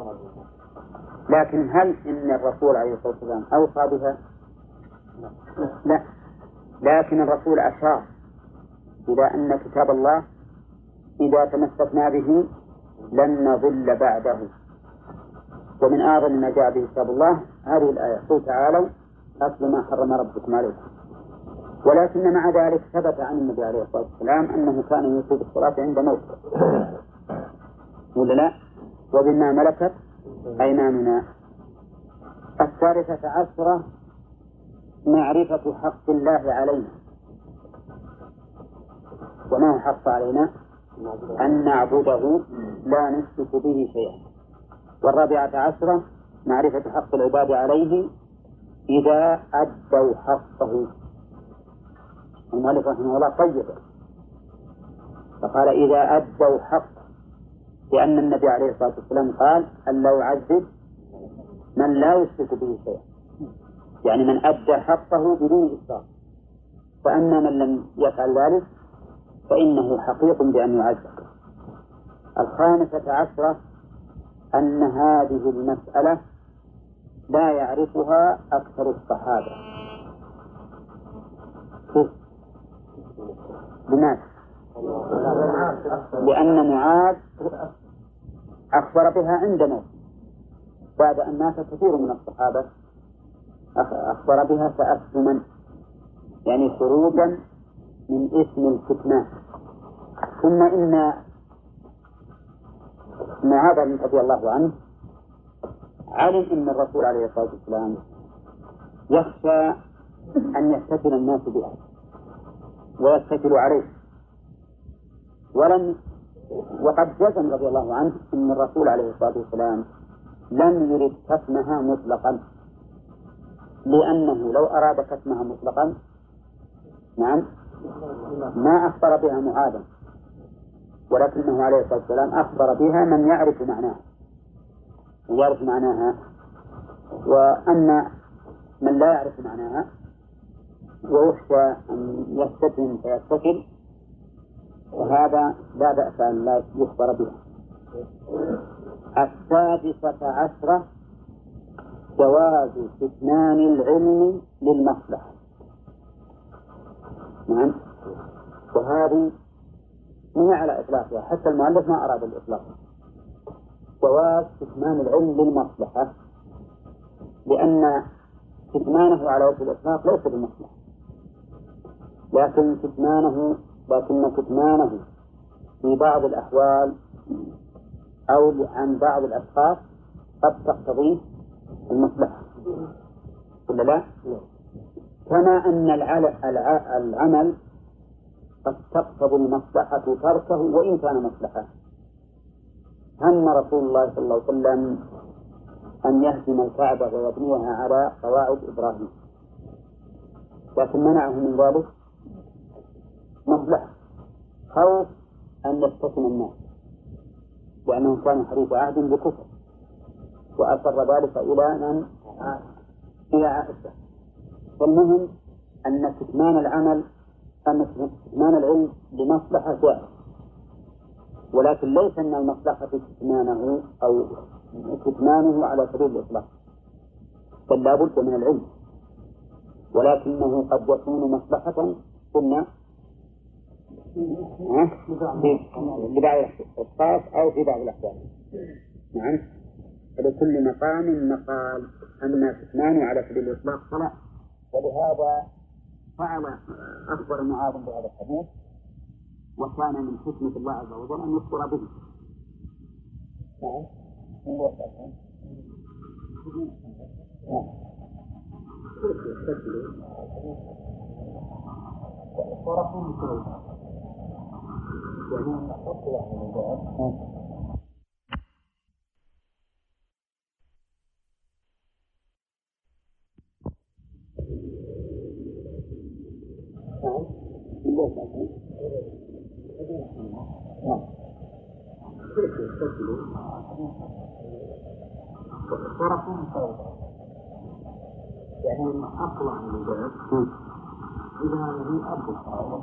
لكن هل إن الرسول عليه الصلاة والسلام أوصى بها؟ لا، لكن الرسول أشار إلى أن كتاب الله إذا تمسكنا به لن نضل بعده. ومن أعظم ما جاء به كتاب الله هذه الآية: قل تعالوا أتل ما حرم ربكم عليكم. ولكن مع ذلك ثبت عن النبي عليه الصلاة والسلام أنه كان يوصي بالصلاة عند موته، ولا لا؟ وبما ملكت أيماننا. الثالثة عشرة: معرفة حق الله علينا. وما هو حق علينا؟ أن نعبده لا نشرك به شيئا. والرابعة عشرة: معرفة حق العباد عليه إذا أدوا حقه. المؤلف رحمه الله طيب فقال: إذا أدوا حقه، لأن النبي عليه الصلاة والسلام قال: أن لا يعذب من لا يشرك به شيئا، يعني من أدى حقه بدون إشراك. فأما من لم يفعل ذلك فإنه حقيق بأن يعذب. الخامسة عشرة: أن هذه المسألة لا يعرفها أكثر الصحابة. لماذا؟ لأن معاذ أخبر بها عند موته، بعد أن مات كثير من الصحابة أخبر بها تأثما، يعني خروجا من اسم الكتمان. ثم إن معاذ رضي الله عنه علم أن الرسول عليه الصلاة والسلام يخشى أن يفتتن الناس بها ويتكل عليه، ولم وقد جزم رضي الله عنه أن الرسول عليه الصلاة والسلام لم يرد كتمها مطلقا، لأنه لو أراد كتمها مطلقا نعم ما أخبر بها معاذا، ولكنه عليه الصلاة والسلام أخبر بها من يعرف معناها يعرف معناها وأن من لا يعرف معناها ويخشى أن يفتتن فيتكل، وهذا لا بأس أن لا يخبر بها. السادسة عشرة: جواز كتمان العلم للمصلحة. نعم، وهذه هي على إطلاقها، حتى المؤلف ما أراد الإطلاق. جواز كتمان العلم للمصلحة، لأن كتمانه على وجه الإطلاق ليس بالمصلحة، لكن كتمانه لكن كتمانه في بعض الأحوال أو عن بعض الأشخاص قد تقتضيه المصلحة ولا لا؟ كما أن العمل قد تقتضي المصلحة تركه وإن كان مصلحة. هم رسول الله صلى الله عليه وسلم أن يهدم الكعبة ويبنيها على قواعد إبراهيم، لكن منعه من ذلك مصلحة، خوف أن يفتتن الناس لأنهم كانوا حديث عهد بكفر، وأصر ذلك إلى من؟ إلى عائشة. فالمهم أن كتمان العمل أن كتمان العلم لمصلحة جائزة، ولكن ليس أن المصلحة كتمانه أو كتمانه على سبيل الإطلاق، بل لا بد من العلم، ولكنه قد يكون مصلحة قلنا لبعض الأشخاص أو في بعض الأحوال. نعم، فلكل مقام مقال، أما كتمانه على سبيل الإطلاق فلا. ولهذا فعل أخبر معاذ بهذا الحديث، وكان من حكمة الله عز وجل أن يخبر به. نعم. صرفوا مصوبة يعني أطلع من الباب إذا هي أرض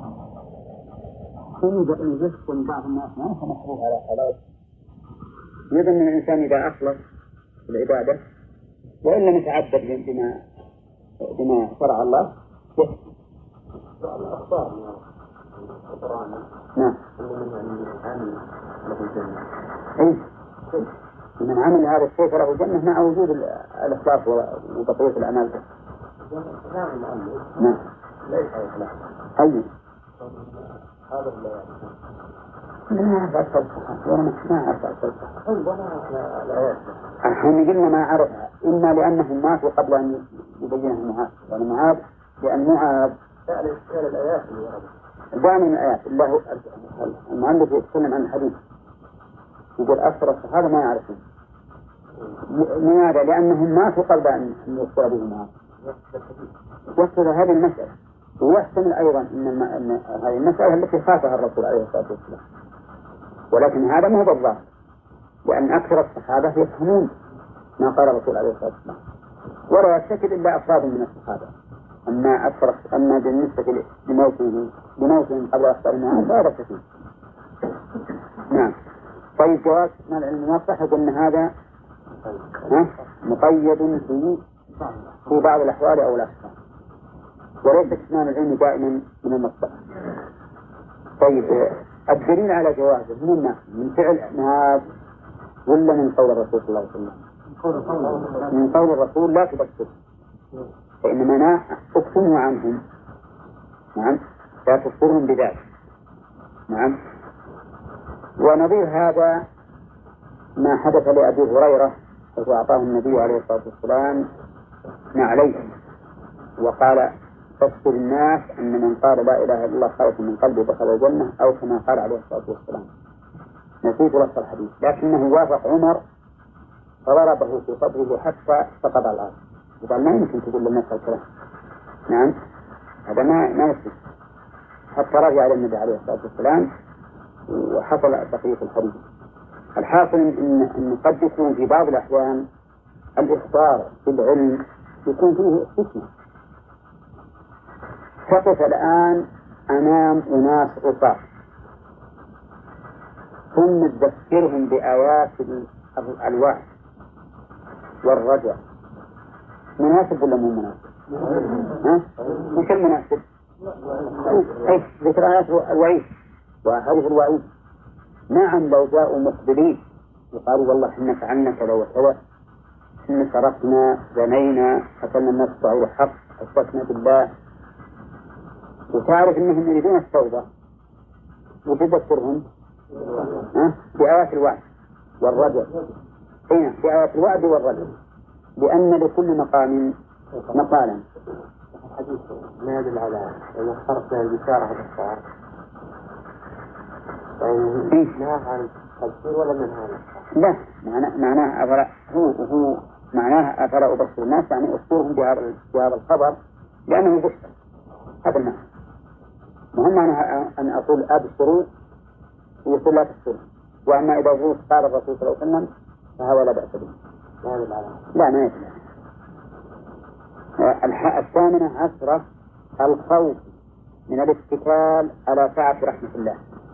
إذا إن يسكن بعض الناس ما هو مفروض على خلاص. يظن أن الإنسان إذا أخلص في العبادة وإن لم يتعبد بما بما شرع الله يكفي. الأخبار من القرآن نعم. من عمل له الجنة. أي من عمل هذا الشيء فله الجنة مع وجود الإخلاص وتطوير الأعمال. نعم المؤلف. نعم. ليس إخلاص. أي. هذا اللي ما أعرف الفلسفة ولا ما أعرف الفلسفة. أي ولا الآيات. هم قلنا ما أعرفها إما لأنهم ماتوا قبل أن يبينهم معاذ، يعني معاذ لأن معاذ فعل فعل الآيات اللي وردت. دائما من الآيات الله المؤلف يتكلم عن الحديث يقول أكثر الصحابة ما يعرفون. لماذا؟ لأنهم ماتوا قبل أن يذكر بهم معاذ. يقصد هذه المسألة، ويحتمل أيضا أن, أن هذه المسألة التي خافها الرسول عليه الصلاة والسلام، ولكن هذا مو بالضبط، لأن أكثر الصحابة يفهمون ما قال الرسول عليه الصلاة والسلام، ولا يفتكر إلا أفراد من الصحابة. أما أكثر أما بالنسبة لموتهم لموتهم قبل أخبار معاذ لا يفتكر. نعم. طيب جواز من العلم الموضح أن هذا مقيد في في بعض الأحوال أو الأحكام، وليس كتمان العلم دائما من المصلحة. طيب الدليل على جوازه من الناس من فعل معاذ ولا من قول الرسول صلى الله عليه وسلم؟ من قول الرسول لا تبكر، فإنما أنا أكتمه عنهم. نعم، لا تكفرهم بذلك. نعم. ونظير هذا ما حدث لأبي هريرة حيث أعطاه النبي عليه الصلاة والسلام نعليه وقال فاذكر الناس أن من قال لا إله إلا الله خالصا من قلبه دخل الجنة، أو كما قال عليه الصلاة والسلام. نسيت لفظ الحديث، لكنه وافق عمر فضربه في صدره حتى سقط على الأرض وقال ما يمكن تقول للناس الكلام. نعم، هذا ما ما يصير، حتى رجع إلى النبي عليه الصلاة والسلام وحصل بقية الحديث. الحاصل إن, إن قد يكون في بعض الأحيان الإخبار في العلم يكون فيه حكمة. تقف الآن أمام أناس عصاة ثم تذكرهم بآيات الوعد والرجع، مناسب ولا مو مناسب؟ ها؟ مش المناسب؟ أي ذكر آيات الوعيد وأحاديث الوعيد. نعم، لو جاءوا مقبلين وقالوا والله إحنا فعلنا كذا وكذا، إحنا سرقنا زنينا قتلنا الناس بغير حق أشركنا بالله، وتعرف أنهم يريدون التوبة وتذكرهم بآيات الوعد والرجع. هنا في آية الوعد والرجع، لأن لكل مقام مقالا. الحديث ما يدل على أن الصرف بين البشارة والإخبار، يعني نهى عن التبشير ولا منهى عن الإخبار؟ لا، معناه معناه أفلا هو هو معناه أفلا أبشر الناس، يعني أخبرهم بهذا بهذا الخبر لأنه بشر. هذا المعنى. مهم معناها أن أقول أبشروا ويقول لا تبشروا. وأما إذا قلت قال الرسول صلى الله عليه وسلم فهذا لا بأس به. لا ما يدل. الثامنة عشرة الخوف من الاتكال على سعة رحمة الله.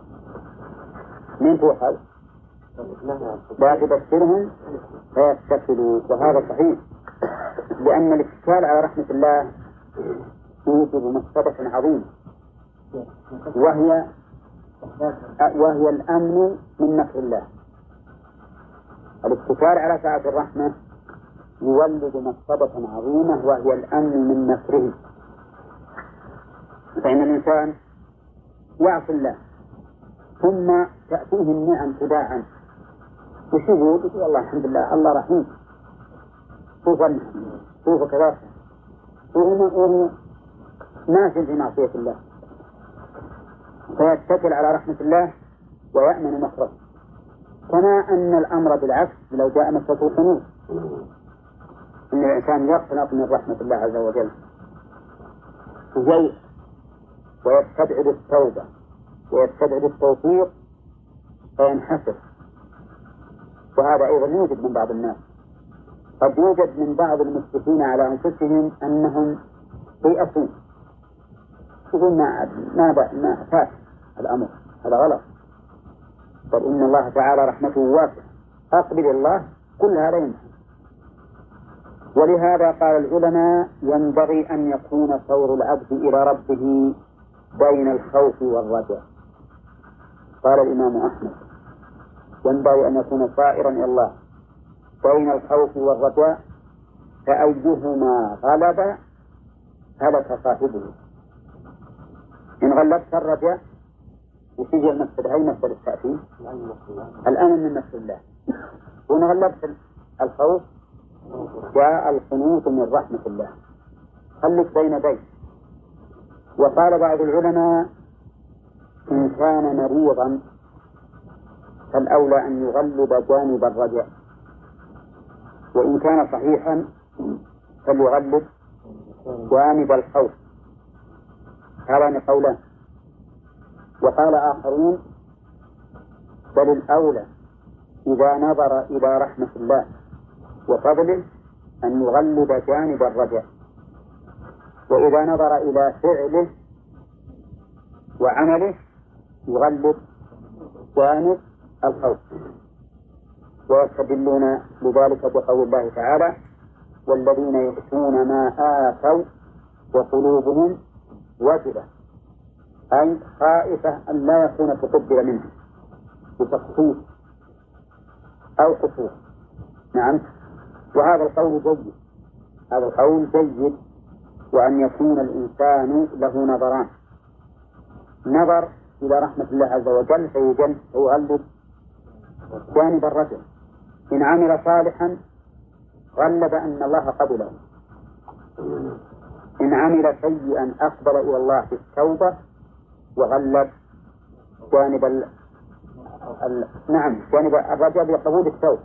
من توحد لا تبشرهم فيتكلوا، وهذا صحيح، لأن الاتكال على رحمة الله يوجب مصطبة عظيم، وهي وهي الأمن من مكر الله. الاتكال على سعة الرحمة يولد مصطبة عظيمة وهي الأمن من مكره. فإن الإنسان يعصي الله ثم تأتيه النعم تباعا وشهود يقول الله الحمد لله الله رحيم، شوف شوف كذا، وهو ماشي في معصية الله، فيتكل على رحمة الله ويأمن مكره. كما أن الأمر بالعكس لو جاء مسة القنوط، أن الإنسان يقنط من رحمة الله عز وجل وييأس ويستبعد التوبة ويستبعد التوفيق فينحسر. وهذا أيضا يوجد من بعض الناس، قد يوجد من بعض المسرفين على أنفسهم أنهم ييأسون، يقول ما ما ما فات الأمر، هذا غلط. بل إن الله تعالى رحمته واسعة، أقبل الله كل هذا ينحسر. ولهذا قال العلماء ينبغي أن يكون صور العبد إلى ربه بين الخوف والرجاء. قال الإمام أحمد ينبغي أن يكون صائرا إلى الله بين الخوف والرجاء، فأيهما غلب هلك صاحبه. إن غلبت الرجاء وتجي المسجد، هاي مسجد التأثير الأمن من نفس الله، وإن غلبت الخوف جاء القنوط من رحمة الله. خلك بين بين. وقال بعض العلماء إن كان مريضا فالأولى أن يغلب جانب الرجاء، وإن كان صحيحا فليغلب جانب الخوف. هذان قولان. وقال آخرون بل الأولى إذا نظر إلى رحمة الله وفضله أن يغلب جانب الرجاء، وإذا نظر إلى فعله وعمله يغلب جانب الخوف. ويستدلون لذلك بقول الله تعالى والذين يؤتون ما آتوا وقلوبهم وجلة، أي خائفة أن لا يكون تقبل منه بتخفيف أو قصور. نعم، وهذا القول جيد، هذا القول جيد، وأن يكون الإنسان له نظران: نظر إلى رحمة الله عز وجل فيجل فيغلب جانب الرجل، إن عمل صالحا غلب أن الله قبله، إن عمل سيئا أقبل إلى الله في التوبة وغلب جانب ال... ال... نعم جانب الرجاء بقبول التوبة،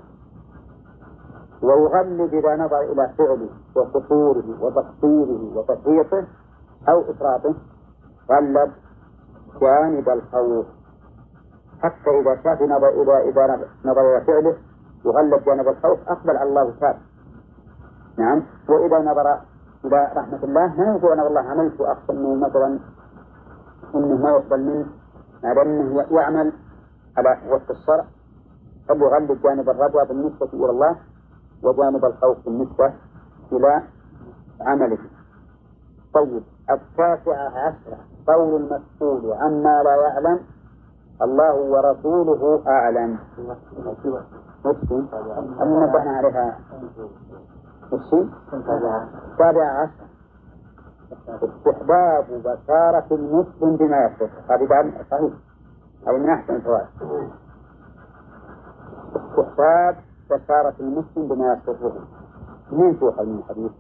ويغلب إذا نظر إلى فعله وقصوره وتقصيره وتفريطه أو إفراطه غلب جانب الخوف. حتى إذا شاف نظر إلى إذا نظر إلى فعله يغلب جانب الخوف أقبل على الله تاب. نعم، وإذا نظر إلى رحمة الله ما يقول أنا والله عملت وأخشى أنه مثلا إنه ما يقبل منه ما دام أنه يعمل على وفق الشرع، فليغلب جانب الرجاء بالنسبة إلى الله وجانب الخوف بالنسبة إلى عمله. طيب، التاسعة عشرة قول المسؤول عما لا يعلم الله ورسوله أعلم. مسلم أما نبهنا عليها مسلم. السابعة عشرة استحباب بشارة المسلم بما يصف. هذه بعد صحيح، هذه من أحسن الفوائد. تحتاج بشارة المسلم بما يسره. منين تؤخذ من الحديث؟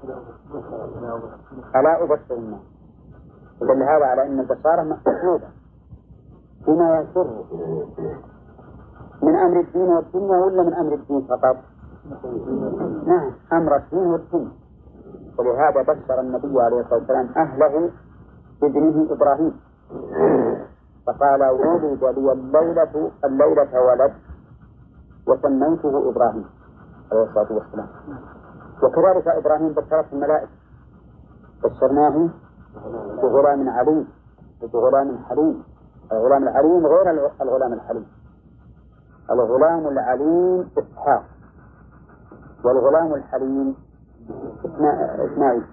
ألا أبشر الناس. دل هذا على أن البشارة مطلوبة بما يسره من أمر الدين والدنيا ولا من أمر الدين فقط؟ نعم، أمر الدين والدنيا. ولهذا بشر النبي عليه الصلاة والسلام أهله بابنه إبراهيم فقال ولد لي الليلة الليلة ولد وسميته إبراهيم عليه الصلاة والسلام. وكذلك إبراهيم بشرته الملائكة بشرناه بغلام عليم بغلام حليم. الغلام العليم غير الغلام الحليم. الغلام العليم إسحاق والغلام الحليم إسماعيل.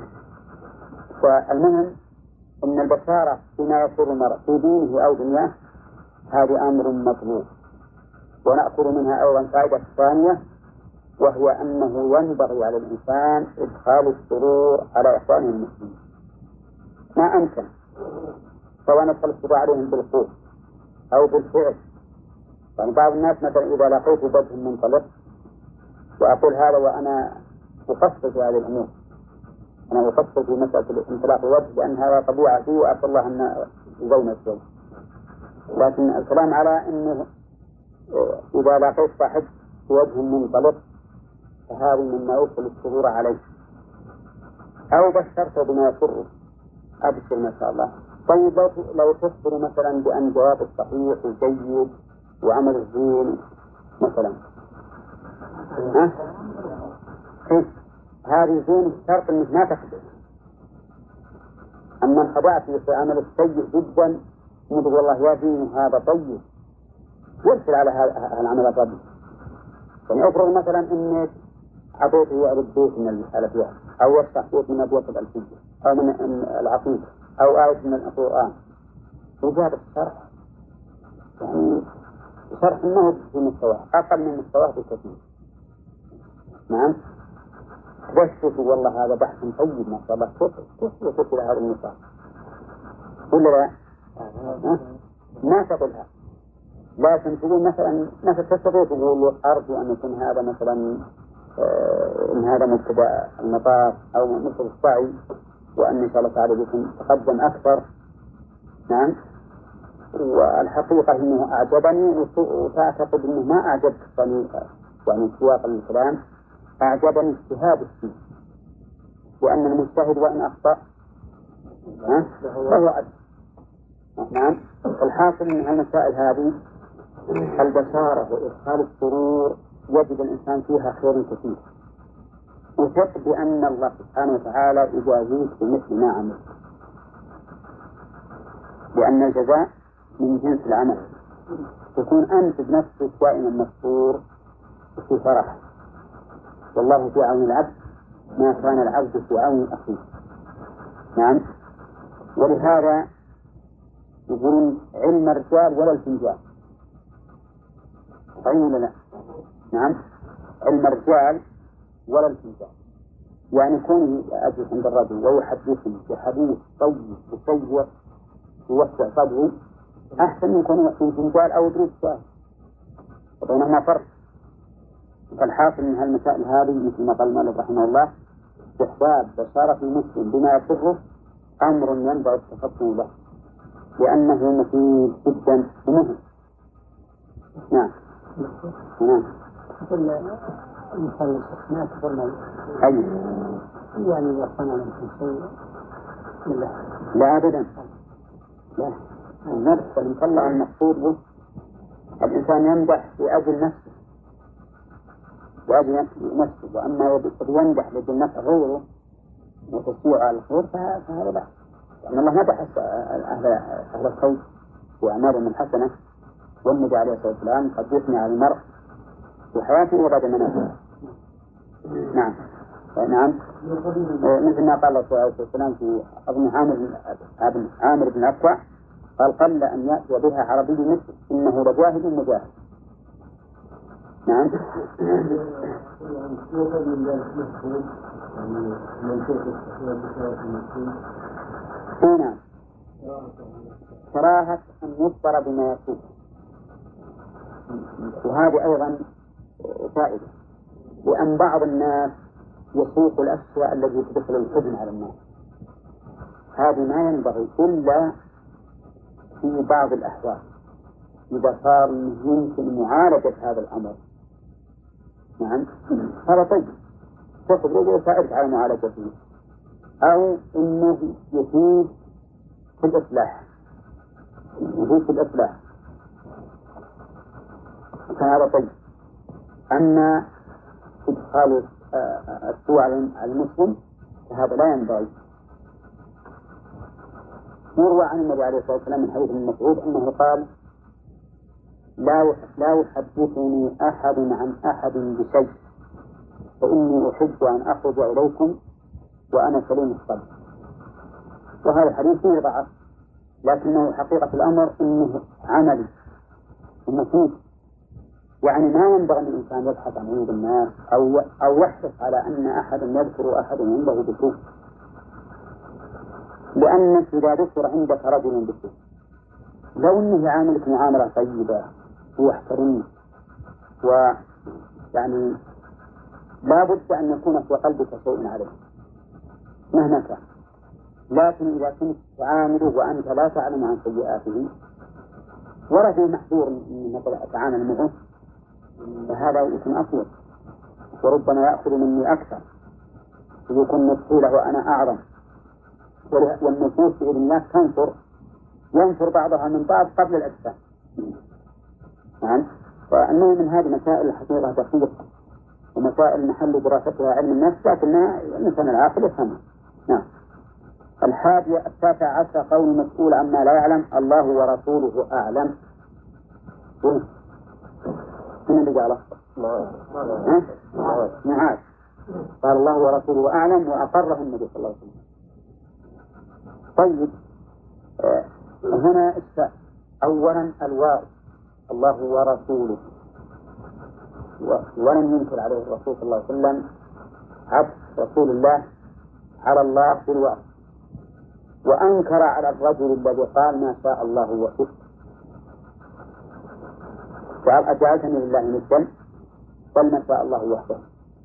فالمهم أن البشارة بما يسر المرء في دينه أو دنياه هذا أمر مطلوب. ونأخذ منها أيضا فائدة ثانية وهي أنه ينبغي على الإنسان إدخال السرور على إخوانه المسلمين ما أمكن، سواء ندخل السرور عليهم بالقول أو بالفعل. يعني بعض الناس مثلا إذا لقيت وجه منطلق وأقول هذا وأنا أفصل في هذه الأمور، أنا أفصل في مسألة انطلاق الوجه لأن هذا طبيعة فيه وأسأل الله أن يزين الزوج. لكن الكلام على أنه إذا لقيت صاحب بوجه منطلق فهذا مما يدخل السرور عليه. أو بشرته بما يسره أبشر ما شاء الله. طيب لو تخبر مثلا بأن جواب صحيح وجيد وعمل الزين مثلا ها؟ إيه؟ هذه زين الشرط أنك ما تخبر. أما انخدعت في عمل السيء جدا نقول والله يا زين هذا طيب يرسل على هذا العمل الربي. يعني أفرض مثلا أنك أعطيته يعرض بيت من الألفيات أو يفتح بيت من أبواب الألفية أو من العقيدة أو آية من القرآن وجاب الشرح يعني شرح ما هو في مستواه أقل من مستواه بكثير. نعم بس والله هذا بحث طيب ما شاء الله كيف يصل هذا النصاب ولا لا؟ ما تقولها. لكن تقول مثلا مثلا تستطيع تقول أرجو أن يكون هذا مثلا آه إن هذا مبتدأ المطاف أو مثل السعي وأن إن شاء الله تعالى يكون تقدم أكثر. نعم. والحقيقة أنه أعجبني وتعتقد أنه ما أعجبك يعني سياق الكلام أعجبني اجتهاد فيه وأن المجتهد وإن أخطأ فهو عدل. نعم. الحاصل من المسائل هذه البشارة وإدخال السرور يجد الإنسان فيها خير كثير وثق بأن الله سبحانه وتعالى يجازيك بمثل ما عمل لأن الجزاء من جنس العمل. تكون أنت بنفسك دائما مسرور وفي فرح والله في عون العبد ما كان العبد في عون أخيه. نعم. ولهذا يقولون علم الرجال ولا الفنجان صحيح ولا لا؟ نعم. علم الرجال ولا الفنجان يعني كونه أجلس عند الرجل ويحدثني بحديث طيب يشيق يوسع صدره أحسن من يكون في فنجان أو دروس شاي وبينهما فرق. فالحاصل من هالمسائل هذه مثل ما قال مالك رحمه الله استحباب بشارة المسلم بما يسره أمر ينبغي التفطن له لأنه مفيد جدا ومهم. نعم. نعم. مثل ما تقولنا أي يعني وصلنا من شيء لا لا أبدا لا النفس المطلع المقصود به الإنسان يمدح لأجل نفسه لأجل نفسه وأما يمدح لأجل نفسه غيره وتشجيع على الخير فهذا لا. لأن الله مدح أهل أهل الخير وأعمالهم الحسنة والنبي عليه الصلاة والسلام قد يثني على المرء في حياته وبعد منامه. نعم. نعم. مثل ما قال الله عليه والسلام في ابن عامر بن عامر بن الأكوع قال قل أن يأتي بها عربي مثل إنه لجاهد مجاهد. نعم. نعم. كراهة أن يخبر بما يكون وهذه أيضا فائدة، لأن بعض الناس يسوق الأشياء التي تدخل الحزن على الناس، هذه ما ينبغي إلا في بعض الأحوال إذا صار يمكن معالجة هذا الأمر. نعم هذا طيب، تخرج ويساعدك على معالجته، أو إنه يفيد في الإصلاح، يفيد في الإصلاح، فهذا طيب. أما إدخال السوء على المسلم فهذا لا ينبغي. يروى عن النبي عليه الصلاة والسلام من حديث ابن مسعود أنه قال: لا لا يحدثني أحد عن أحد بشيء فإني أحب أن أخرج إليكم وأنا سليم الصدر. وهذا الحديث فيه ضعف، لكنه حقيقة الأمر أنه عملي ومفيد، يعني ما ينبغي أن الإنسان يبحث عن عيوب الناس أو أو يحرص على أن أحد يذكر أحد عنده بسوء، لأنك إذا ذكر عندك رجل بسوء لو أنه يعاملك معاملة طيبة ويحترمك ويعني لا بد أن يكون في قلبك شيء عليه مهما كان، لكن إذا كنت تعامله وأنت لا تعلم عن سيئاته ورجل محذور من مثل أتعامل معه فهذا يكون أفضل، وربما يأخذ مني أكثر ويكون نفسه وأنا أعظم. والنفوس بإذن الله تنفر ينفر بعضها من بعض قبل الأجسام. نعم. فأنه من هذه مسائل الحقيقة دقيقة ومسائل محل دراستها علم النفس، لكنها الإنسان العاقل يفهمها. نعم. الحادية التاسع عشر قول المسؤول عما لا يعلم الله ورسوله أعلم. من اللي قاله؟ معاذ. قال الله ورسوله أعلم وأقره النبي صلى الله عليه وسلم. طيب آه هنا إشكال. أولا الواو الله ورسوله، ولم ينكر عليه الرسول صلى الله عليه وسلم عبد رسول الله على الله بالواو، وأنكر على الرجل الذي قال ما شاء الله وشئت، قال أجعلتني لله ندا بل ما شاء الله وحده.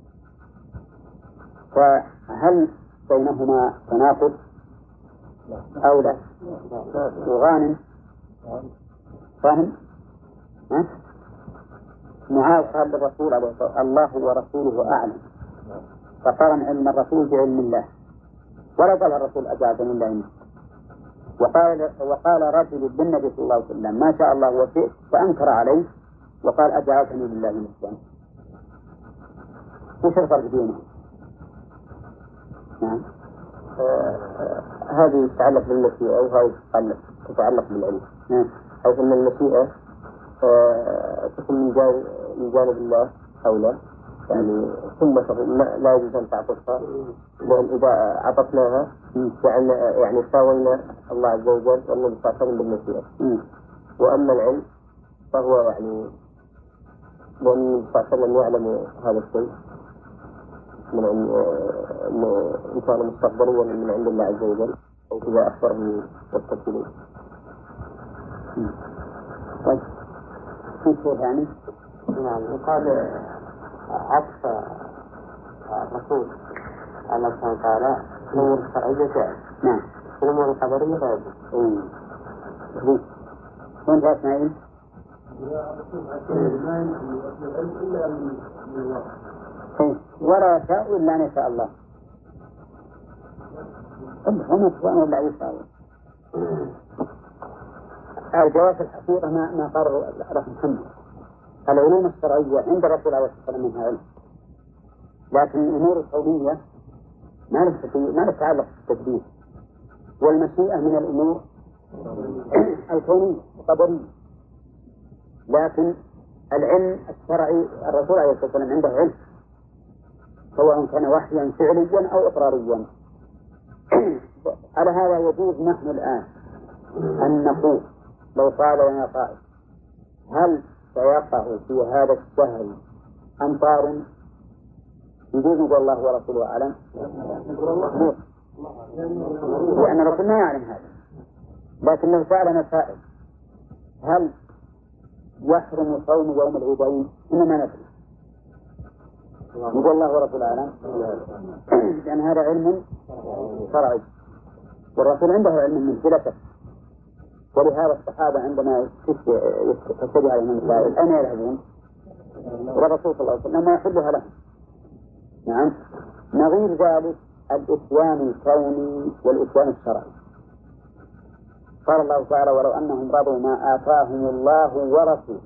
فهل بينهما تناقض أو لا؟ وغانم فاهم؟ ها؟ معاذ قال للرسول عليه الصلاة الله ورسوله أعلم، فقارن علم الرسول بعلم الله، ولا قال الرسول أجعلتني لله ندا. وقال وقال رجل بالنبي صلى الله عليه وسلم ما شاء الله وشئت فأنكر عليه وقال أجعلتني لله ندا. وش الفرق بينهم؟ نعم. آه هذه تتعلق بالمشيئة وهذه تتعلق بالعلم. نعم. حيث أن المشيئة آه تكون من جانب من جانب الله أو لا، يعني ثم لا يجوز أن تعطفها، لأن إذا عطفناها يعني يعني ساوينا الله عز وجل والنبي صلى الله عليه وسلم بالمشيئة. وأما العلم فهو يعني لأن النبي صلى الله عليه وسلم يعلم هذا الشيء من إن كان مستقبلا من عند الله عز وجل أو إذا أخبره والتكليم. طيب في شيء يعني؟ نعم. يقال عطف الرسول على الله سبحانه وتعالى الأمور الشرعية جائز. نعم. الأمور القدرية لا يجوز. إيه. وين جاء إسماعيل؟ ولا يشاء إلا أن يشاء الله. هم يشاءون إلا أن يشاء الله. الجواب الحقيقة ما ما قرر الأخ محمد. العلوم الشرعية عند الرسول عليه الصلاة والسلام منها علم، لكن الأمور الكونية ما لها ما لها تعلق بالتدبير، والمشيئة من الأمور الكونية القدرية. لكن العلم الشرعي الرسول عليه الصلاة والسلام عنده علم، سواء كان وحيا فعليا أو إقراريا. على هذا يجوز نحن الآن أن نقول لو قال لنا قائل هل سيقع في هذا الشهر أمطار؟ يجوز نقول الله ورسوله أعلم، لأن الرسول ما يعلم هذا. لكن لو سألنا سائل هل يحرم صوم يوم العيدين إنما ندري يقول الله رب العالمين لأن هذا علم شرعي والرسول عنده علم من بلا شك. ولهذا الصحابة عندما تشتبه عليهم المسائل أين يذهبون؟ والرسول صلى الله عليه وسلم ما يحلها لهم. نعم. نظير ذلك الإتيان الكوني والإتيان الشرعي. قال الله تعالى ولو أنهم رضوا ما آتاهم الله ورسوله،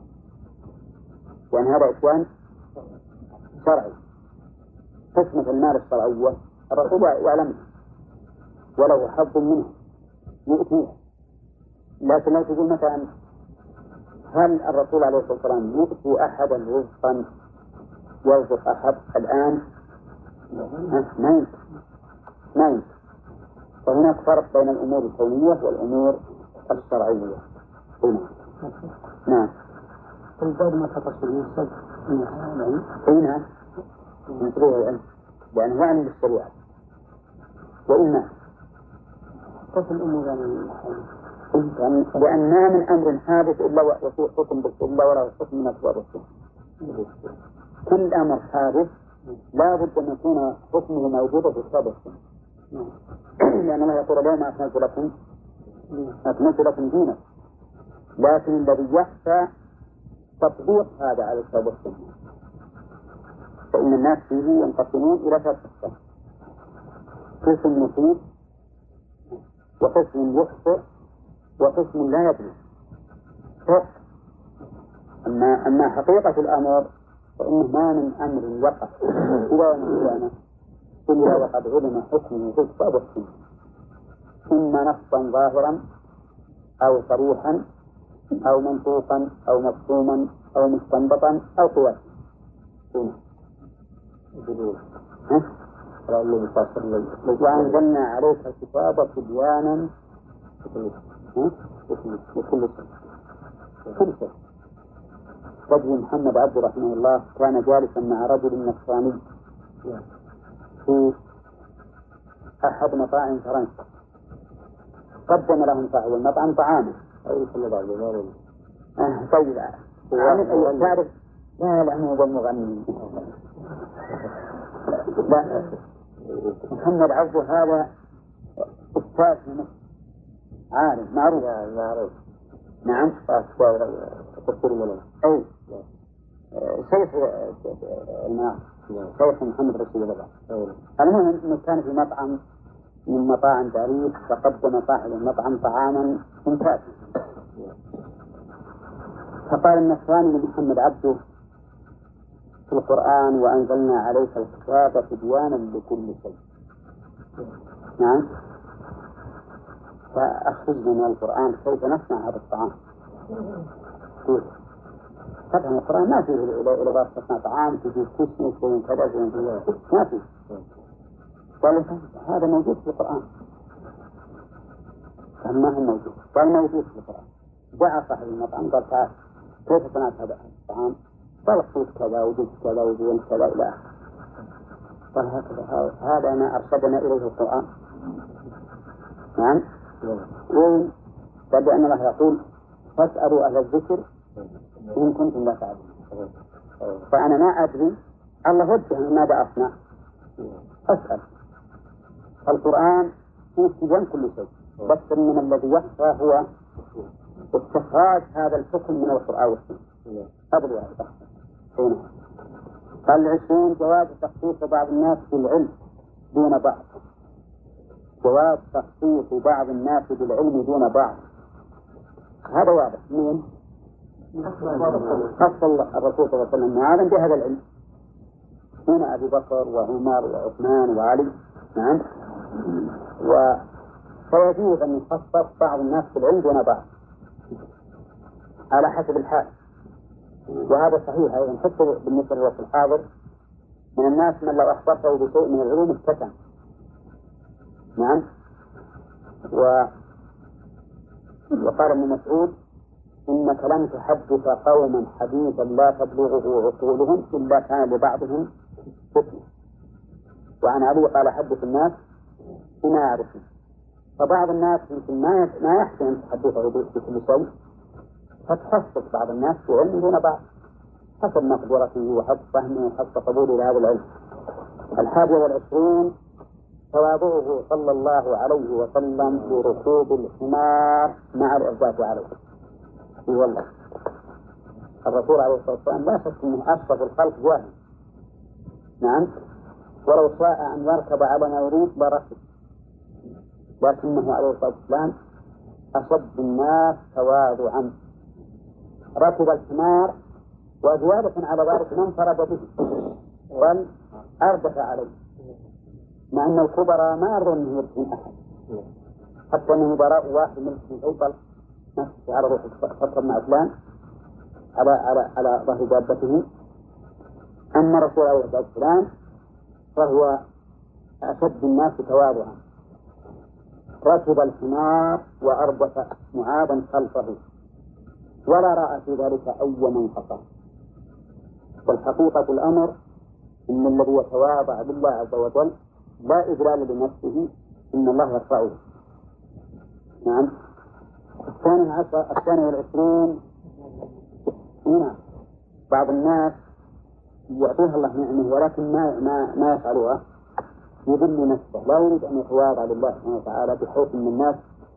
يعني هذا إتيان شرعي. قسمة المال الشرعية الرسول يعلم ولو حظ منه يؤتيه. لكن لو تقول مثلا هل الرسول عليه الصلاة والسلام يؤتي أحدا رزقا يرزق أحد الآن؟ ما يمكن ما يمكن. فهناك فرق بين الأمور الكونية والأمور الشرعية. هنا نعم. الباب ما تتصل بالسبب هنا نتبه العلم لأنه يعلم بالشريعة. وإما تصل الأمور يعني لأن ما من أمر حادث إلا وفيه حكم بالسنة ولا حكم من أسباب السنة. كل أمر حادث لا بد أن يكون حكمه موجودا في كتاب السنة. لأن الله يقول اليوم أكملت لكم أكملت لكم دينكم. لكن الذي يخفى تطبيق هذا على كتاب السنة. فإن الناس فيه ينقسمون إلى ثلاث أقسام: قسم مصيب وقسم يخطئ وقسم لا يدري. أما أما حقيقة الأمر فإنه ما من أمر يقع إلى يوم القيامة إلا وقد علم حكمه في كتاب السنة، إما نصا ظاهرا أو صريحا أو منطوقا أو مفهوما أو مستنبطا أو قياسا. وأنزلنا عليك الكتاب تبيانا لكل شيء. رجل محمد عبد رحمه الله كان جالسا مع رجل نصراني في أحد مطاعم فرنسا. قدم لهم صاحب المطعم طعاما. أي صلى الله آه طيب عامل تعرف لا لا مو بالمغني. لا محمد عبد هذا أستاذ في مصر عالم معروف. معروف نعم. تفسير المنام أي شيخ الماء شيخ محمد رسول الله. المهم أنه كان في مطعم من مطاعم باريس فقدم صاحب المطعم طعاما ممتازا. فقال النصراني لمحمد عبده في القرآن وأنزلنا عليك الكتاب تبيانا لكل شيء. نعم. فأخرجنا من القرآن كيف نصنع هذا الطعام. طبعا القرآن ما فيه إلى بعض تصنع طعام تجيب كسمة وين كذا وين كذا ما فيه. قال هذا موجود في القرآن. قال ما هو موجود. قال موجود في القرآن. دعا صاحب المطعم قال تعال كيف صنعت هذا الطعام؟ قال خذ كذا وجبت كذا وزين كذا إلى آخره. قال هكذا هذا ما أرشدنا إليه القرآن. نعم. وين؟ قال بأن الله يقول فاسألوا أهل الذكر إن كنتم لا تعلمون. فأنا ما أدري الله وجه ماذا أصنع أسأل. القرآن فيه تبيان كل شيء بس من الذي يخفى هو استخراج هذا الحكم من القرآن والسنة. قبل هذا هنا قال العشرين جواز تخصيص بعض الناس بالعلم دون بعض. جواز تخصيص بعض الناس بالعلم دون بعض هذا واضح. مين خص الرسول صلى الله عليه وسلم عالم بهذا العلم؟ هنا أبي بكر وعمر وعثمان وعلي. نعم. ويجوز أن يخصص بعض الناس بالعلم دون بعض على حسب الحال. وهذا صحيح أيضا حتى بالنسبة للوقت الحاضر من الناس من لو أخبرته بشيء من العلوم استكن. نعم. و... وقال ابن مسعود إنك لن تحدث قوما حديثا لا تبلغه عقولهم إلا كان لبعضهم فتنة. وعن علي قال حدث الناس بما يعرفون. فبعض الناس يمكن ما ما يحسن أن تحدثه بكل شيء فتحسس بعض الناس في علم دون بعض حسب مقدرته وحسب فهمه وحسب قبوله لهذا العلم. الحادي والعشرون تواضعه صلى الله عليه وسلم لركوب الحمار مع الإرداف عليه. اي والله الرسول عليه الصلاة والسلام لا شك أنه أشرف الخلق جاهل، نعم، ولو شاء أن يركب على ما يريد لركب، لكنه عليه الصلاة والسلام أشد الناس تواضعا. ركب الحمار وزيادة على ذلك من فرد به بل أردف عليه، مع أن الكبراء ما يرضون أنه يرسم أحد، حتى أنه براء واحد من الفيصل نفسه على روح فكر مع فلان على على على ظهر دابته. أما الرسول عليه الصلاة والسلام فهو أشد الناس تواضعا، ركب الحمار وأردف معاذا خلفه ولا رأى في ذلك أي منقصة. والحقيقة الأمر إن الذي يتواضع بالله عز وجل لا إذلال لنفسه إن الله يرفعه. نعم. الثاني عشر الثاني والعشرون هنا بعض الناس يعطيها الله نعمه ولكن ما ما ما يفعلها، يذل نفسه، لا يريد أن يتواضع لله سبحانه وتعالى بحيث أن الناس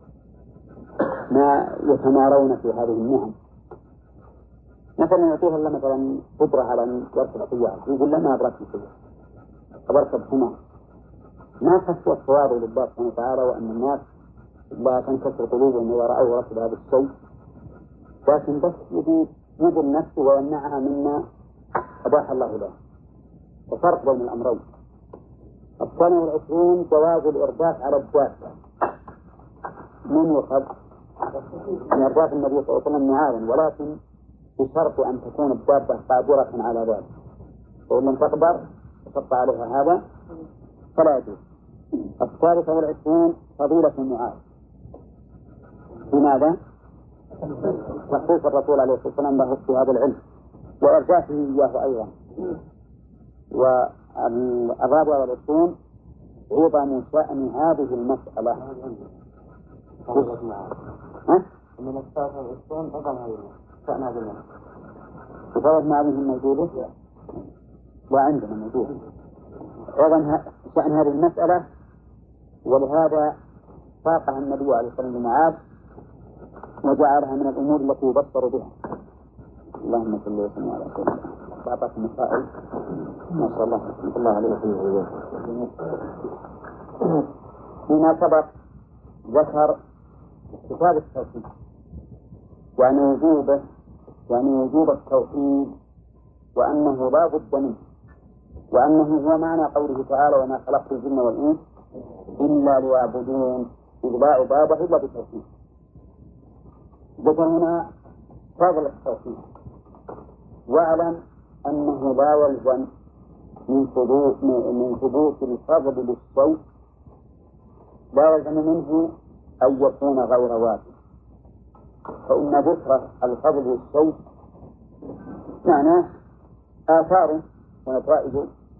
ما يتمارون في هذه النعم. مثلا يعطيها الله مثلا قدرة على أن يركب سيارة، يقول لا ما أبرك سيارة أبركب حمار، ما خشوا التواضع لله سبحانه وتعالى وأن الناس لا تنكسر قلوبهم إذا رأوا ركب هذا الشيء، لكن بس يجي يذل نفسه ويمنعها مما أباح الله له. وفرق بين الأمرين. الثاني والعشرون جواز الإرداف على الدابة. من يؤخذ؟ من إرداف النبي صلى الله عليه وسلم معاذا، ولكن بشرط أن تكون الدابة قادرة على ذلك، وإن لم تقدر وشق عليها هذا فلا يجوز. الثالث والعشرون فضيلة معاذ. لماذا؟ تخصيص الرسول عليه الصلاة والسلام له في هذا العلم وإرجافه إياه أيضا. والرابع والعشرون عظم شأن هذه المسألة. ها؟ من الثالث والعشرون عظم هذه شأن هذه المسألة. وفرض ما هذه موجودة وعندنا موجودة عظم شأن هذه المسألة، ولهذا ساقها النبي عليه الصلاة والسلام معاذ وجعلها من الأمور التي يبصر بها. اللهم صل وسلم على سيدنا بعض المسائل ما شاء الله رحمة الله عليه وسلم. فيما سبق ذكر كتاب التوحيد يعني وجوبه، يعني وجوب التوحيد وأنه لا بد منه، وأنه هو معنى قوله تعالى وما خلقت الجن والإنس إلا ليعبدون، إذ لا عبادة إلا بالتوحيد. ذكر هنا فضل التوحيد، واعلم أنه لا يلزم من ثبوت من ثبوت الفضل للشيء، لا يلزم منه أن يكون غير واجب، فإن ذكر الفضل للشيء معناه آثار ونتائج.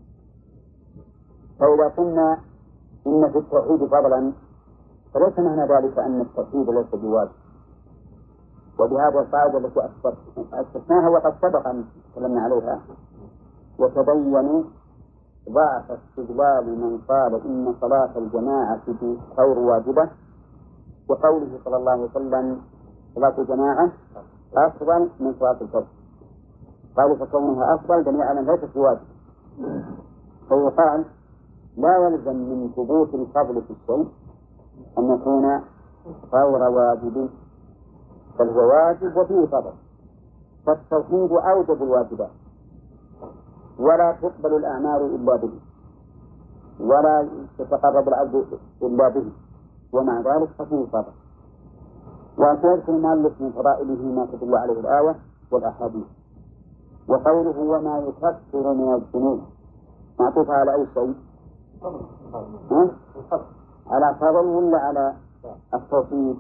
فإذا قلنا إن في التوحيد فضلا فليس معنى ذلك أن التوحيد ليس بواجب. وبهذا القاعدة التي أسسناها وقد سبق أن تكلمنا عليها، وتبين ضعف استدلال من قال إن صلاة الجماعة غير واجبة، وقوله صلى الله عليه وسلم صلاة الجماعة أفضل من صلاة الفرد، قالوا فكونها أفضل دليل على ليست بواجب. فيقال لا يلزم من ثبوت الفضل في الشيء أن يكون غير واجب، بل هو واجب وفيه فضل. فالتوحيد أوجب الواجبات، ولا تقبل الأعمال إلا به، ولا تتقرب العبد إلا به، ومع ذلك ففيه فضل. وسيذكر المؤلف من فضائله ما تدل عليه الآية والأحاديث. وقوله وما يكفر من الذنوب معطوف على أي شيء؟ ها؟ على فضل ولا على التوحيد؟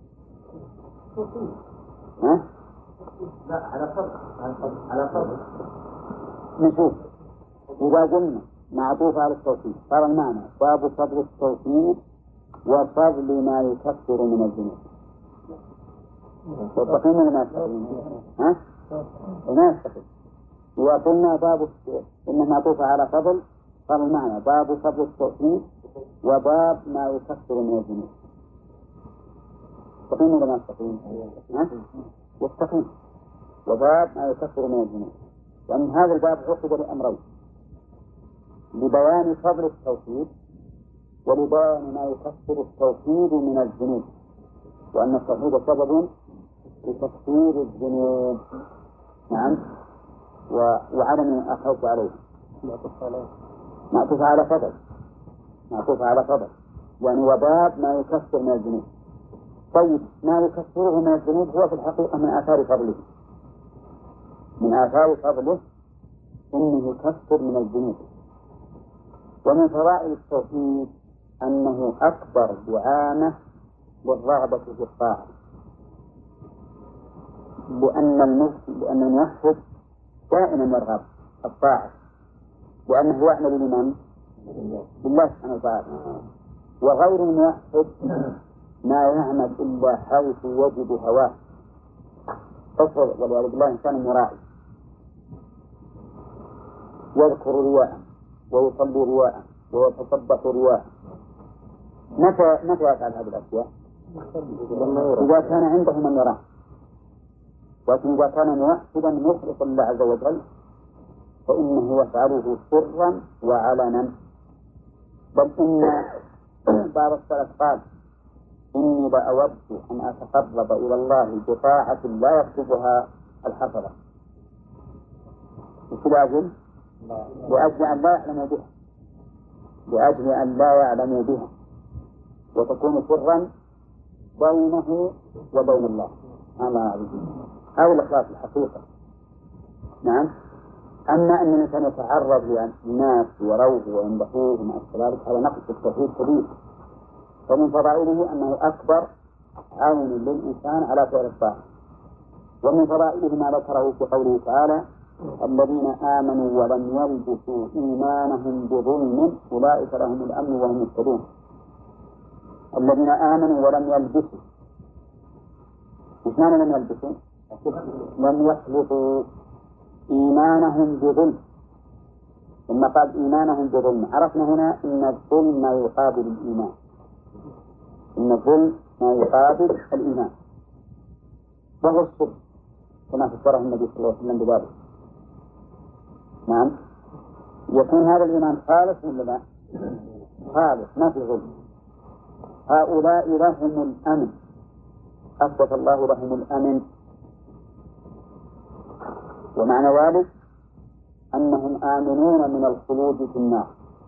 ها؟ لا على فضل، على فضل. نشوف إذا قلنا معطوف على التوحيد صار المعنى باب فضل التوحيد وفضل ما يكفر من الذنوب. يستقيم ولا ما يستقيم؟ ها؟ ما يستقيم. وقلنا باب إنه معطوف على فضل، قالوا المعنى باب فضل التوحيد وباب ما يكفر من الذنوب. يستقيم ولا ما يستقيم؟ ها؟ يستقيم. وباب ما يكفر من الذنوب، لأن هذا الباب عقد لأمرين: لبيان فضل التوحيد ولبيان ما يكفر التوحيد من الذنوب، وأن التوحيد سبب لتكفير الذنوب. نعم. وعدم الخوف عليه معطوف على فضل، معطوف على فضل يعني وباب ما يكفر من الذنوب. طيب ما يكفره من الذنوب هو في الحقيقة من آثار فضله، من آثار فضله إنه يكفر من الذنوب. ومن فضائل التوحيد أنه أكبر دعامة للرغبة في الطاعة، لأن المسلم لأن الموحد دائما يرغب الطاعة، لأنه يعمل لمن؟ لله سبحانه وتعالى. وغير الموحد ما يعمل إلا حيث يجد هواه. تصل والعياذ بالله إنسان مرائي يذكر رياء ويصلي رياء ويتصدق رياء، متى متى يفعل هذه الأشياء؟ إذا كان عنده من يراه. لكن إذا كان موحدا مخلصا لله عز وجل فإنه يفعله سرا وعلنا. بل إن بعض السلف قال: إني لأود أن أتقرب إلى الله بطاعة لا يكتبها الحفظة. لأجل لأجل أن لا يعلموا بها لأجل أن لا يعلموا بها وتكون سرا بينه وبين الله. الله هذا الإخلاص الحقيقة. نعم. أما أن الإنسان يتعرض للناس ويروه ويمدحوه مع ذلك هذا نقص التوحيد كبير. فمن فضائله أنه أكبر عون للإنسان على فعل الطاعة. ومن فضائله ما ذكره في قوله تعالى: الذين آمنوا ولم يلبسوا إيمانهم بظلم أولئك لهم الأمن وهم مهتدون. الذين آمنوا ولم يلبسوا، مش معنى لم يلبسوا؟ لم يخلطوا إيمانهم بظلم. لما قال إيمانهم بظلم عرفنا هنا أن الظلم ما يقابل الإيمان، أن الظلم ما يقابل الإيمان، وهو الشرك كما فسره النبي صلى الله عليه وسلم بذلك. نعم. يكون هذا الإيمان خالص ولا لا؟ خالص ما في ظلم. هؤلاء لهم الأمن، أثبت الله لهم الأمن. ومعنى ذلك أنهم آمنون من الخلود في النار،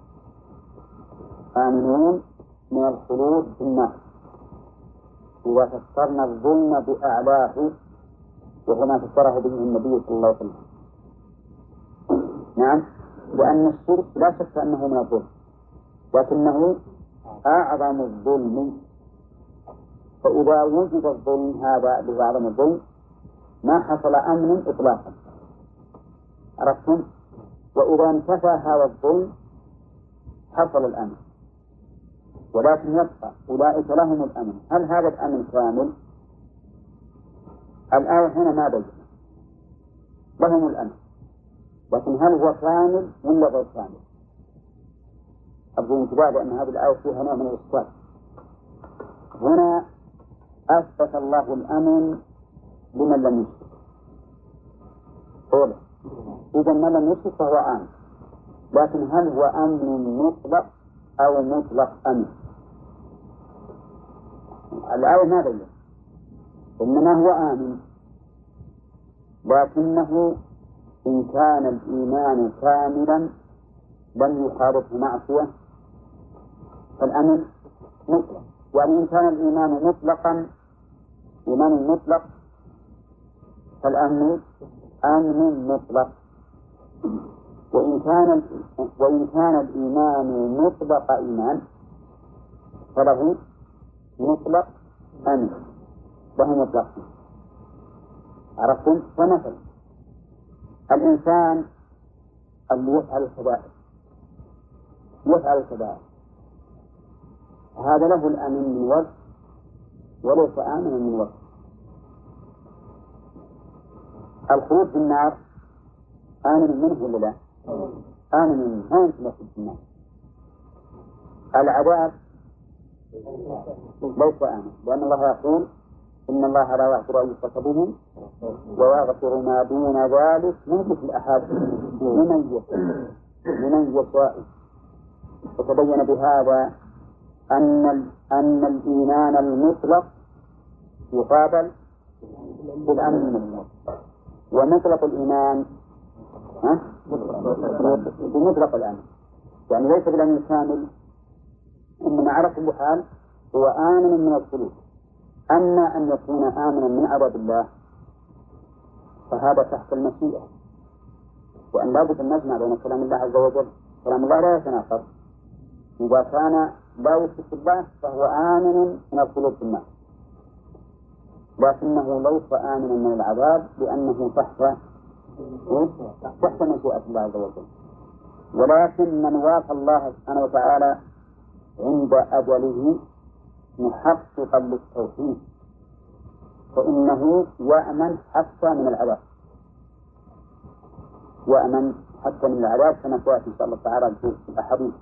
آمنون من الخلود في النار. إذا فسرنا الظلم بأعلاه وهو ما فسره به النبي صلى الله عليه وسلم. نعم. لأن الشرك لا شك أنه من الظلم، لكنه أعظم الظلم. فإذا وجد الظلم هذا بأعظم الظلم ما حصل أمن إطلاقا. عرفتم؟ وإذا انتفى هذا الظلم حصل الأمن. ولكن يبقى أولئك لهم الأمن. هل هذا الأمن كامل؟ الآية هنا ما بين لهم الأمن، لكن هل هو كامل ولا غير كامل؟ أرجو انتباه لأن هذه الآية فيها نوع من الإشكال. هنا أثبت الله الأمن لمن لم يشرك. أولا إذا من لم يشرك فهو آمن، لكن هل هو أمن مطلق أو مطلق أمن؟ الآية ما بين، إنما هو آمن، لكنه إن كان الإيمان كاملا لم يخالطه معصية فالأمن مطلق. يعني إن كان الإيمان مطلقا إيمان مطلق فالأمن أمن مطلق. وإن كان وإن كان الإيمان مطلق إيمان فله مطلق أمن، له مطلق. عرفتم؟ فمثلا الإنسان اللي يفعل الكبائر يفعل الكبائر هذا له الأمن من وجه وليس آمنا من وجه. الخلود في النار آمن منه ولا لا؟ آمن منه، ما يمكن يخلد في النار. العذاب ليس آمن، لأن الله يقول إن الله لا يغفر أن يشرك به ويغفر ما دون ذلك ممكن في الأحد لمن يشاء لمن يشاء. وتبين بهذا أن أن الإيمان المطلق يقابل بالأمن من المطلق، ومطلق الإيمان بمطلق الأمن، يعني ليس بالأمن الكامل، إنما على كل حال هو آمن من الخلود. أما أن يكون آمنا من عذاب الله فهذا تحت المشيئة، وأن لابد أن نجمع بين كلام الله عز وجل. كلام الله لا يتناقض، إذا كان لا يشرك الله فهو آمن من الخلود في النار، لكنه ليس آمنا من العذاب لأنه تحت تحت مشيئة الله عز وجل. ولكن من وافى الله سبحانه وتعالى عند أجله محققا للتوحيد فإنه يأمن حتى من العذاب، يأمن حتى من العذاب كما سيأتي إن شاء الله تعالى في الأحاديث.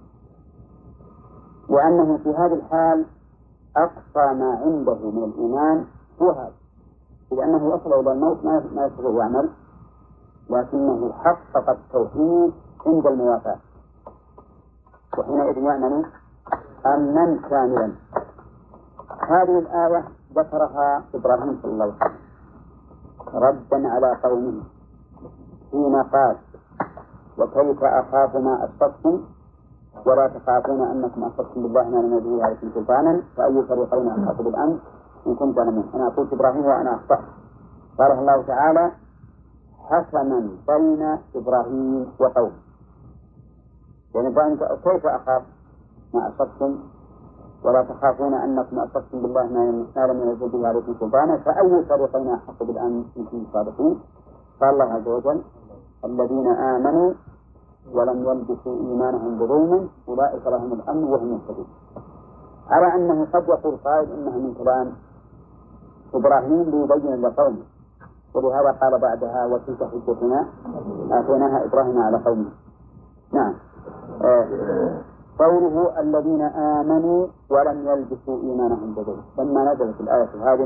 وأنه في هذه الحال أقصى ما عنده من الإيمان هو هذا، لأنه وصل إلى الموت ما يستطيع يعمل، لكنه حقق التوحيد عند الموافاة، وحينئذ يأمن أمنا كاملا. هذه الآية ذكرها إبراهيم صلى الله عليه وسلم ردا على قومه حين قال وكيف أخاف ما أشركتم ولا تخافون أنكم أشركتم بالله ما لم يجعل عليكم سلطانا فأي فريقين أحق بالأمر إن كنت تعلمون. أنا أقول إبراهيم وأنا أخطأ. قال الله تعالى حكما بين إبراهيم وقومه، يعني إبراهيم كيف أخاف ما أشركتم ولا تخافون أنكم أشركتم بالله ما لم ينزل به عليكم سلطانا فأي فريقين أحق بالأمن إن كنتم صادقين. قال الله عز وجل الذين آمنوا ولم يلبسوا إيمانهم بظلم أولئك لهم الأمن وهم مهتدون. على أنه قد يقول قائل إنها من كلام إبراهيم ليبين لقومه، ولهذا قال بعدها وتلك حجتنا آتيناها إبراهيم على قومه. نعم. آه. قوله الذين آمنوا ولم يلبسوا إيمانهم بظلم، لما نزلت الآية هذه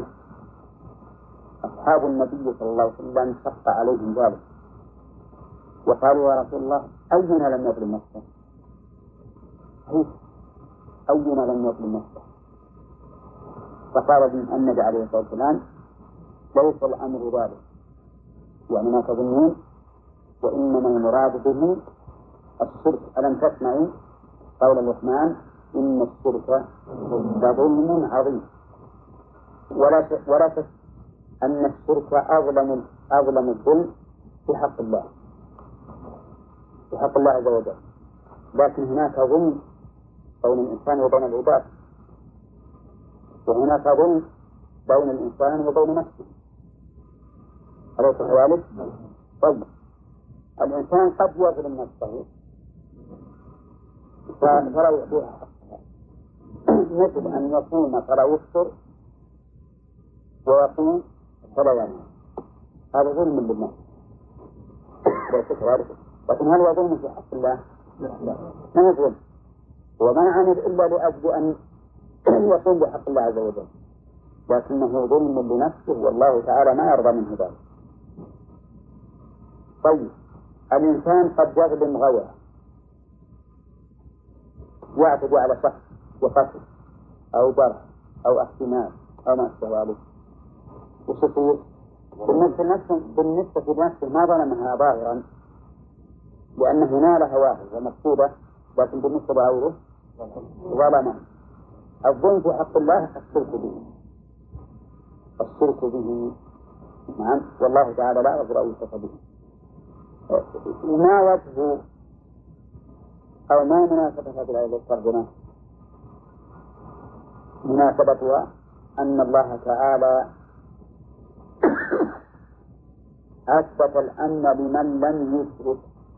أصحاب النبي صلى الله عليه وسلم شق عليهم ذلك وقالوا يا رسول الله أينا لم يظلم نفسه؟ أينا لم يظلم نفسه؟ فقال النبي عليه الصلاة والسلام ليس الأمر ذلك، يعني ما تظنون، وإنما المراد به الشرك. ألم تسمعوا قول الرحمن إن الشرك لظلم عظيم؟ ولا ولا شك أن الشرك أظلم أظلم الظلم في حق الله في حق الله عز وجل، لكن هناك ظلم بين الإنسان وبين العباد، وهناك ظلم بين الإنسان وبين نفسه، أليس كذلك؟ طيب الإنسان قد يظلم نفسه فلا يعطيها حقها، مثل أن يصوم فلا يفطر ويقوم فلا ينام، هذا ظلم للنفس، لكن هل هو ظلم في حق الله؟ ما هو ظلم، وما عمل إلا لأجل أن يقوم بحق الله عز وجل، لكنه ظلم لنفسه والله تعالى ما يرضى منه ذلك. طيب الإنسان قد يظلم غيره، يعتدي على شخص وقتل أو جرح أو احتمال أو ما أشبه ذلك، وش يصير؟ بالنسبة لنفسه بالنسبة لنفسه ما ظلمها ظاهرا لأنه نال هواه ومكتوبة، لكن بالنسبة لغيره ظلمه. الظلم في حق الله الشرك به الشرك به نعم، والله تعالى لا يغفر أن يشرك به. ما وجه أو ما مناسبة هذه الآية للترجمة؟ مناسبتها أن الله تعالى أثبت الأمن لمن لم يشرك،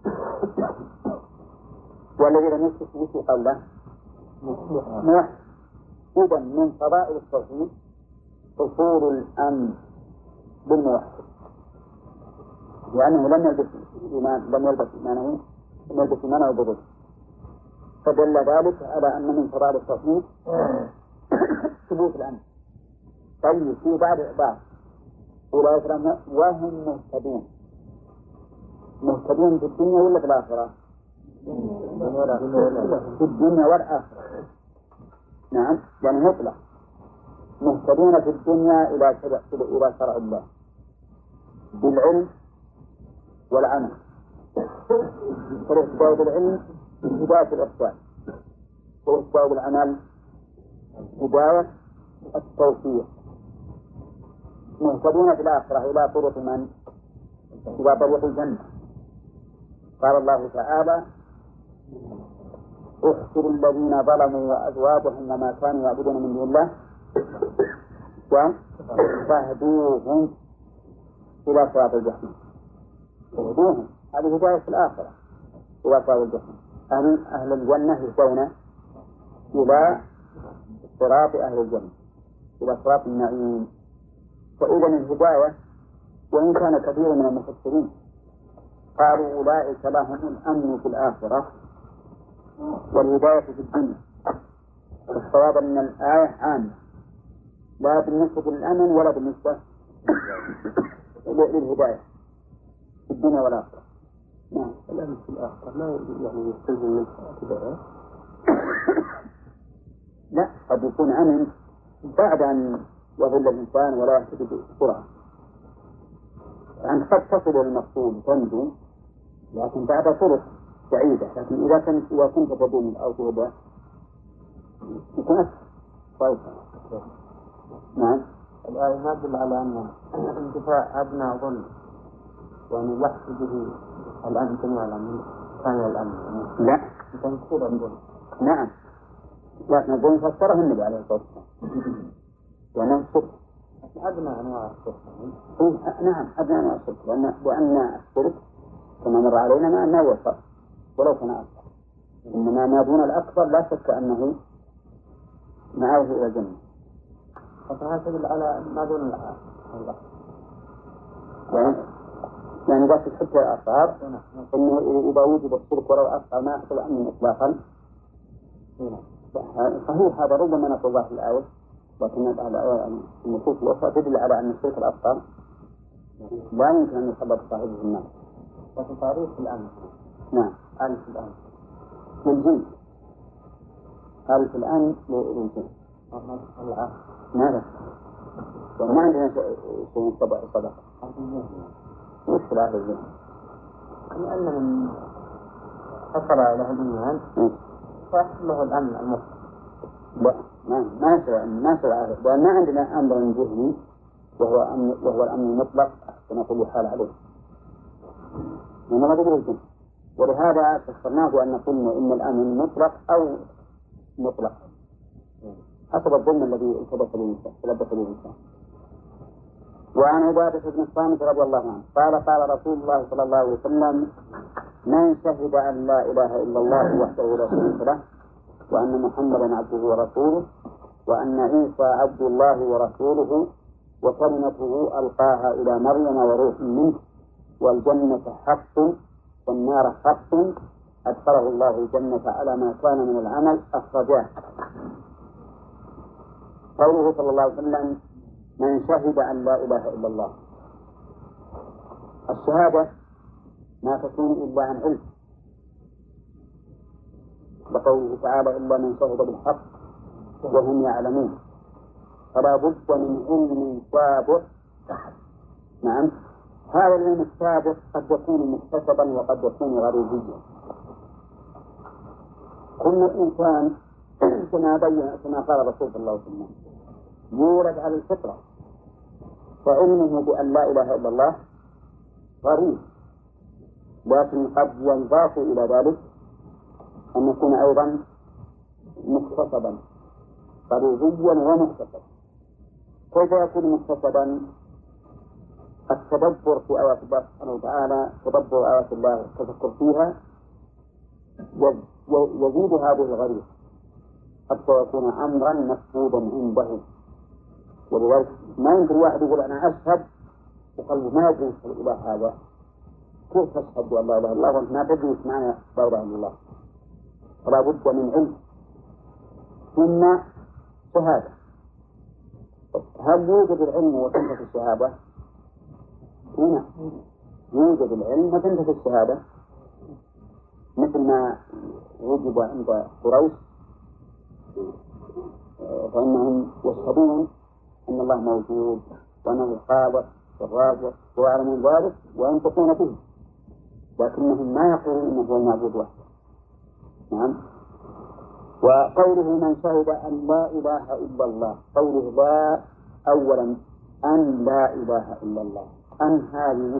والذي لم يشرك به قوله موحد. إذا من فضائل التوحيد حصول الأمن بالموحد، لأنه لم يلبس إيمان لم يلبس إيمانه لم يلبس إيمانه بضد، فدل ذلك على أن من فضائل التوحيد ثبوت الأمن. طيب في بعض بعض أولئك وهم مهتدون، مهتدون في الدنيا ولا في الآخرة؟ في الدنيا والآخرة. نعم، يعني مطلق مهتدون في الدنيا إلى شرع إلى شرع الله بالعلم والعمل. فالاهتداء بالعلم هداية الإرشاد، والاهتداء بالعمل هداية التوفيق. مهتدون في الآخرة إلى طرق من؟ إلى طريق الجنة. قال الله تعالى: احشروا الذين ظلموا وأزواجهم وما كانوا يعبدون من دون الله فاهدوهم إلى صراط الجحيم. اهدوهم، هذه هداية في الآخرة إلى صراط الجحيم. أهل, أهل الجنة يهدون إلى صراط أهل الجنة، إلى صراط النعيم. فإذا الهداية، وإن كان كثير من المفسرين قالوا أولئك لهم الأمن في الآخرة والهداية في الدنيا، والصواب أن الآية عامة لا بالنسبة للأمن ولا بالنسبة للهداية في الدنيا والآخرة. نعم، الأمن في الآخرة لا يعني يستلزم من الهداية. لا، قد يكون أمن بعد أن يضل الإنسان ولا يهتدي بسرعة، يعني قد تصل المقصود تنجو لكن بعد طرق بعيدة. لكن إذا كنت إذا كنت تدين أو تهدى يكون أسهل. طيب. نعم. الآية ما تدل على أن انتفاع أدنى ظن يعني يحصل به الأمن جميع الأمن ثاني الأمن. لا. تنكير الظن. نعم. لكن الظن فسره النبي عليه الصلاة والسلام. وأنه الشرك. أدنى أنواع الشرك. نعم، أدنى أنواع الشرك، لأن لأن الشرك كما مر علينا ما أنه وصل ولو كان أكبر، إنما ما دون الأكبر لا شك أنه معه إلى الجنة. فهذا تدل على ما دون الأكبر. يعني يعني بس حتى الأصغر إنه إذا وجد الشرك ولو أصغر ما يحصل أمن إطلاقا. صحيح هذا ربما نقول الله في الآية، لكن النصوص الأخرى تدل على أن الشرك الأصغر لا يمكن أن يخلط صاحبه الناس. وفي تعريف الأمن. نعم. ألف الأمن للجنس، ألف الآن للجنس. ماذا؟ وما عندنا شيء صدق صدق. وش لا للجنس؟ لأن من حصل له الإيمان فيحصل له الأمن المطلق. لا، ما ما سوى ما سوى هذا، لأن ما عندنا أمر ذهني وهو أمن وهو الأمن المطلق كما نقول حال عليه. إنما بدل الجنس، ولهذا فسرناه بأن نقول إن الأمن مطلق أو مطلق حسب الظن الذي التبس الإنسان تلبس الإنسان. وعن عبادة بن الصامت رضي الله عنه قال قال رسول الله صلى الله عليه وسلم: من شهد أن لا إله إلا الله وحده لا شريك له وأن محمدا عبده ورسوله وأن عيسى عبد الله ورسوله وكلمته ألقاها إلى مريم وروح منه والجنة حق والنار حق أدخله الله الجنة على ما كان من العمل أخرجاه. قوله صلى الله عليه وسلم: من شهد أن لا إله إلا الله. الشهادة ما تكون إلا عن علم، وقوله تعالى: إلا من شهد بالحق وهم يعلمون، فلا بد من علم سابق. نعم، هذا العلم السابق قد يكون مكتسبا وقد يكون غريزيا. كل إنسان كما بين كما قال الرسول صلى الله عليه وسلم يولد على الفطرة، فعلمه بأن لا إله إلا الله غريب، لكن قد ينضاف إلى ذلك أن يكون أيضا مكتسبا غريزيا ومكتسبا. كيف يكون مكتسبا؟ التدبر في آيات الله سبحانه وتعالى، تدبر آيات الله والتفكر فيها يزيد هذه الغريزة حتى يكون أمرا مفقودا عنده. ولذلك ما يمكن واحد يقول أنا أشهد وقلبه ما يوصل إلى هذا، كيف تشهد أن لا إله إلا الله وأنت ما تدري معنى لا إله إلا الله؟ فلا بد من علم ثم شهادة. هل يوجد العلم وتنتهي الشهادة؟ هنا يوجد العلم وتنتهي الشهادة، مثل ما وجد عند قريش فإنهم يشهدون أن الله موجود وأنه خالق والرازق ويعلمون ذلك وينطقون به، لكنهم ما يقولون أنه هو المعبود وحده. نعم. وقوله من شهد أن لا إله إلا الله، قوله لا أولا أن لا إله إلا الله، أن هذه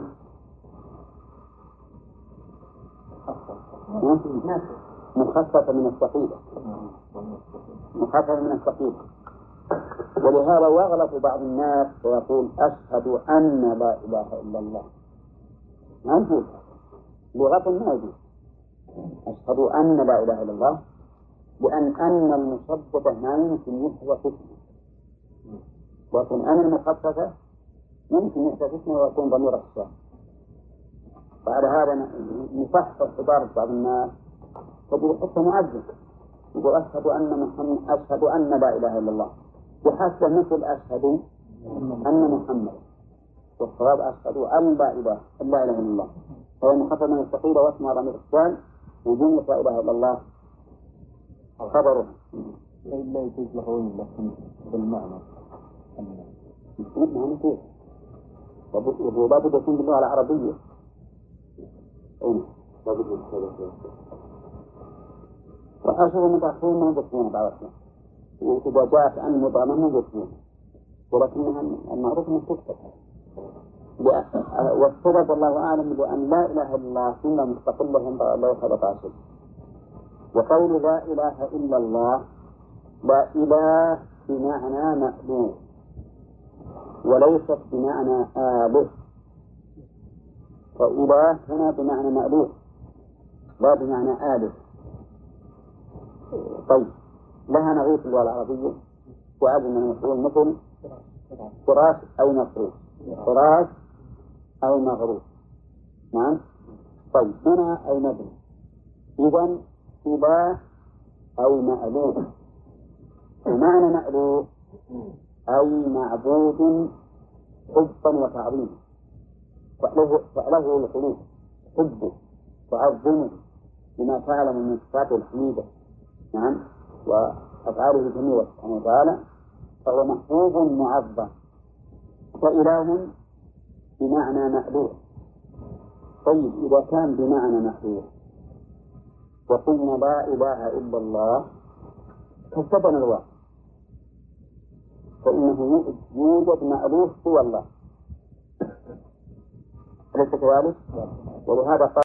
مخففة من الثقيلة، مخففة من الثقيلة. ولهذا يغلط بعض الناس ويقول أشهد أن لا إله إلا الله، ما يجوز، لغة ما يجوز. أشهد أن لا إله إلا الله لأن أن المشددة ما يمكن يحدث اسمه، لكن أن المخففة يمكن يحدث اسمه ويكون ضمير الشيء. وعلى هذا نصحح عبارة بعض الناس تجد حتى مؤذن يقول أشهد أن محمد أشهد أن لا إله إلا الله، وحسب مثل أشهد أن محمد، والصواب أشهد أن لا إله إلا الله. فهو مخفف من الثقيلة واسمها ضمير الشأن وجملة لا إله إلا الله خبره. لا يجوز له لكن بالمعنى معنى كيف؟ ولا بد يكون باللغة العربية. أين؟ لا بد من كذا. وأشوف المتأخرين ما يذكرون بعض الأشياء، وإذا جاءت عن مضامة ما يذكرون، ولكنها المعروف أن تكتب. والسبب والله أعلم لأن لا إله إلا الله سنة مستقلة عند الله سبحانه وتعالى. وقول لا إله إلا الله، لا إله بمعنى مألوه وليست بمعنى آله، فإله هنا بمعنى مألوه لا بمعنى آله. طيب لها نظير في اللغة العربية وعد من المفعول مثل فراش أو مفروش، فراش أو مغروب. نعم. طيب هنا أي مبني، إذن إله أو مألوه. ومعنى مألوه أي معبود حبا وتعظيما، فله, فله القلوب حبه تعظمه بما تعلم من صفاته الحميدة. نعم. وأفعاله الجميلة سبحانه وتعالى، فهو محبوب معظم. فإله بمعنى مألوه. طيب إذا كان بمعنى مألوه وقلنا لا إله إلا الله كذبنا الواقع، فإنه يوجد مألوه هو الله، أليس كذلك؟ ولهذا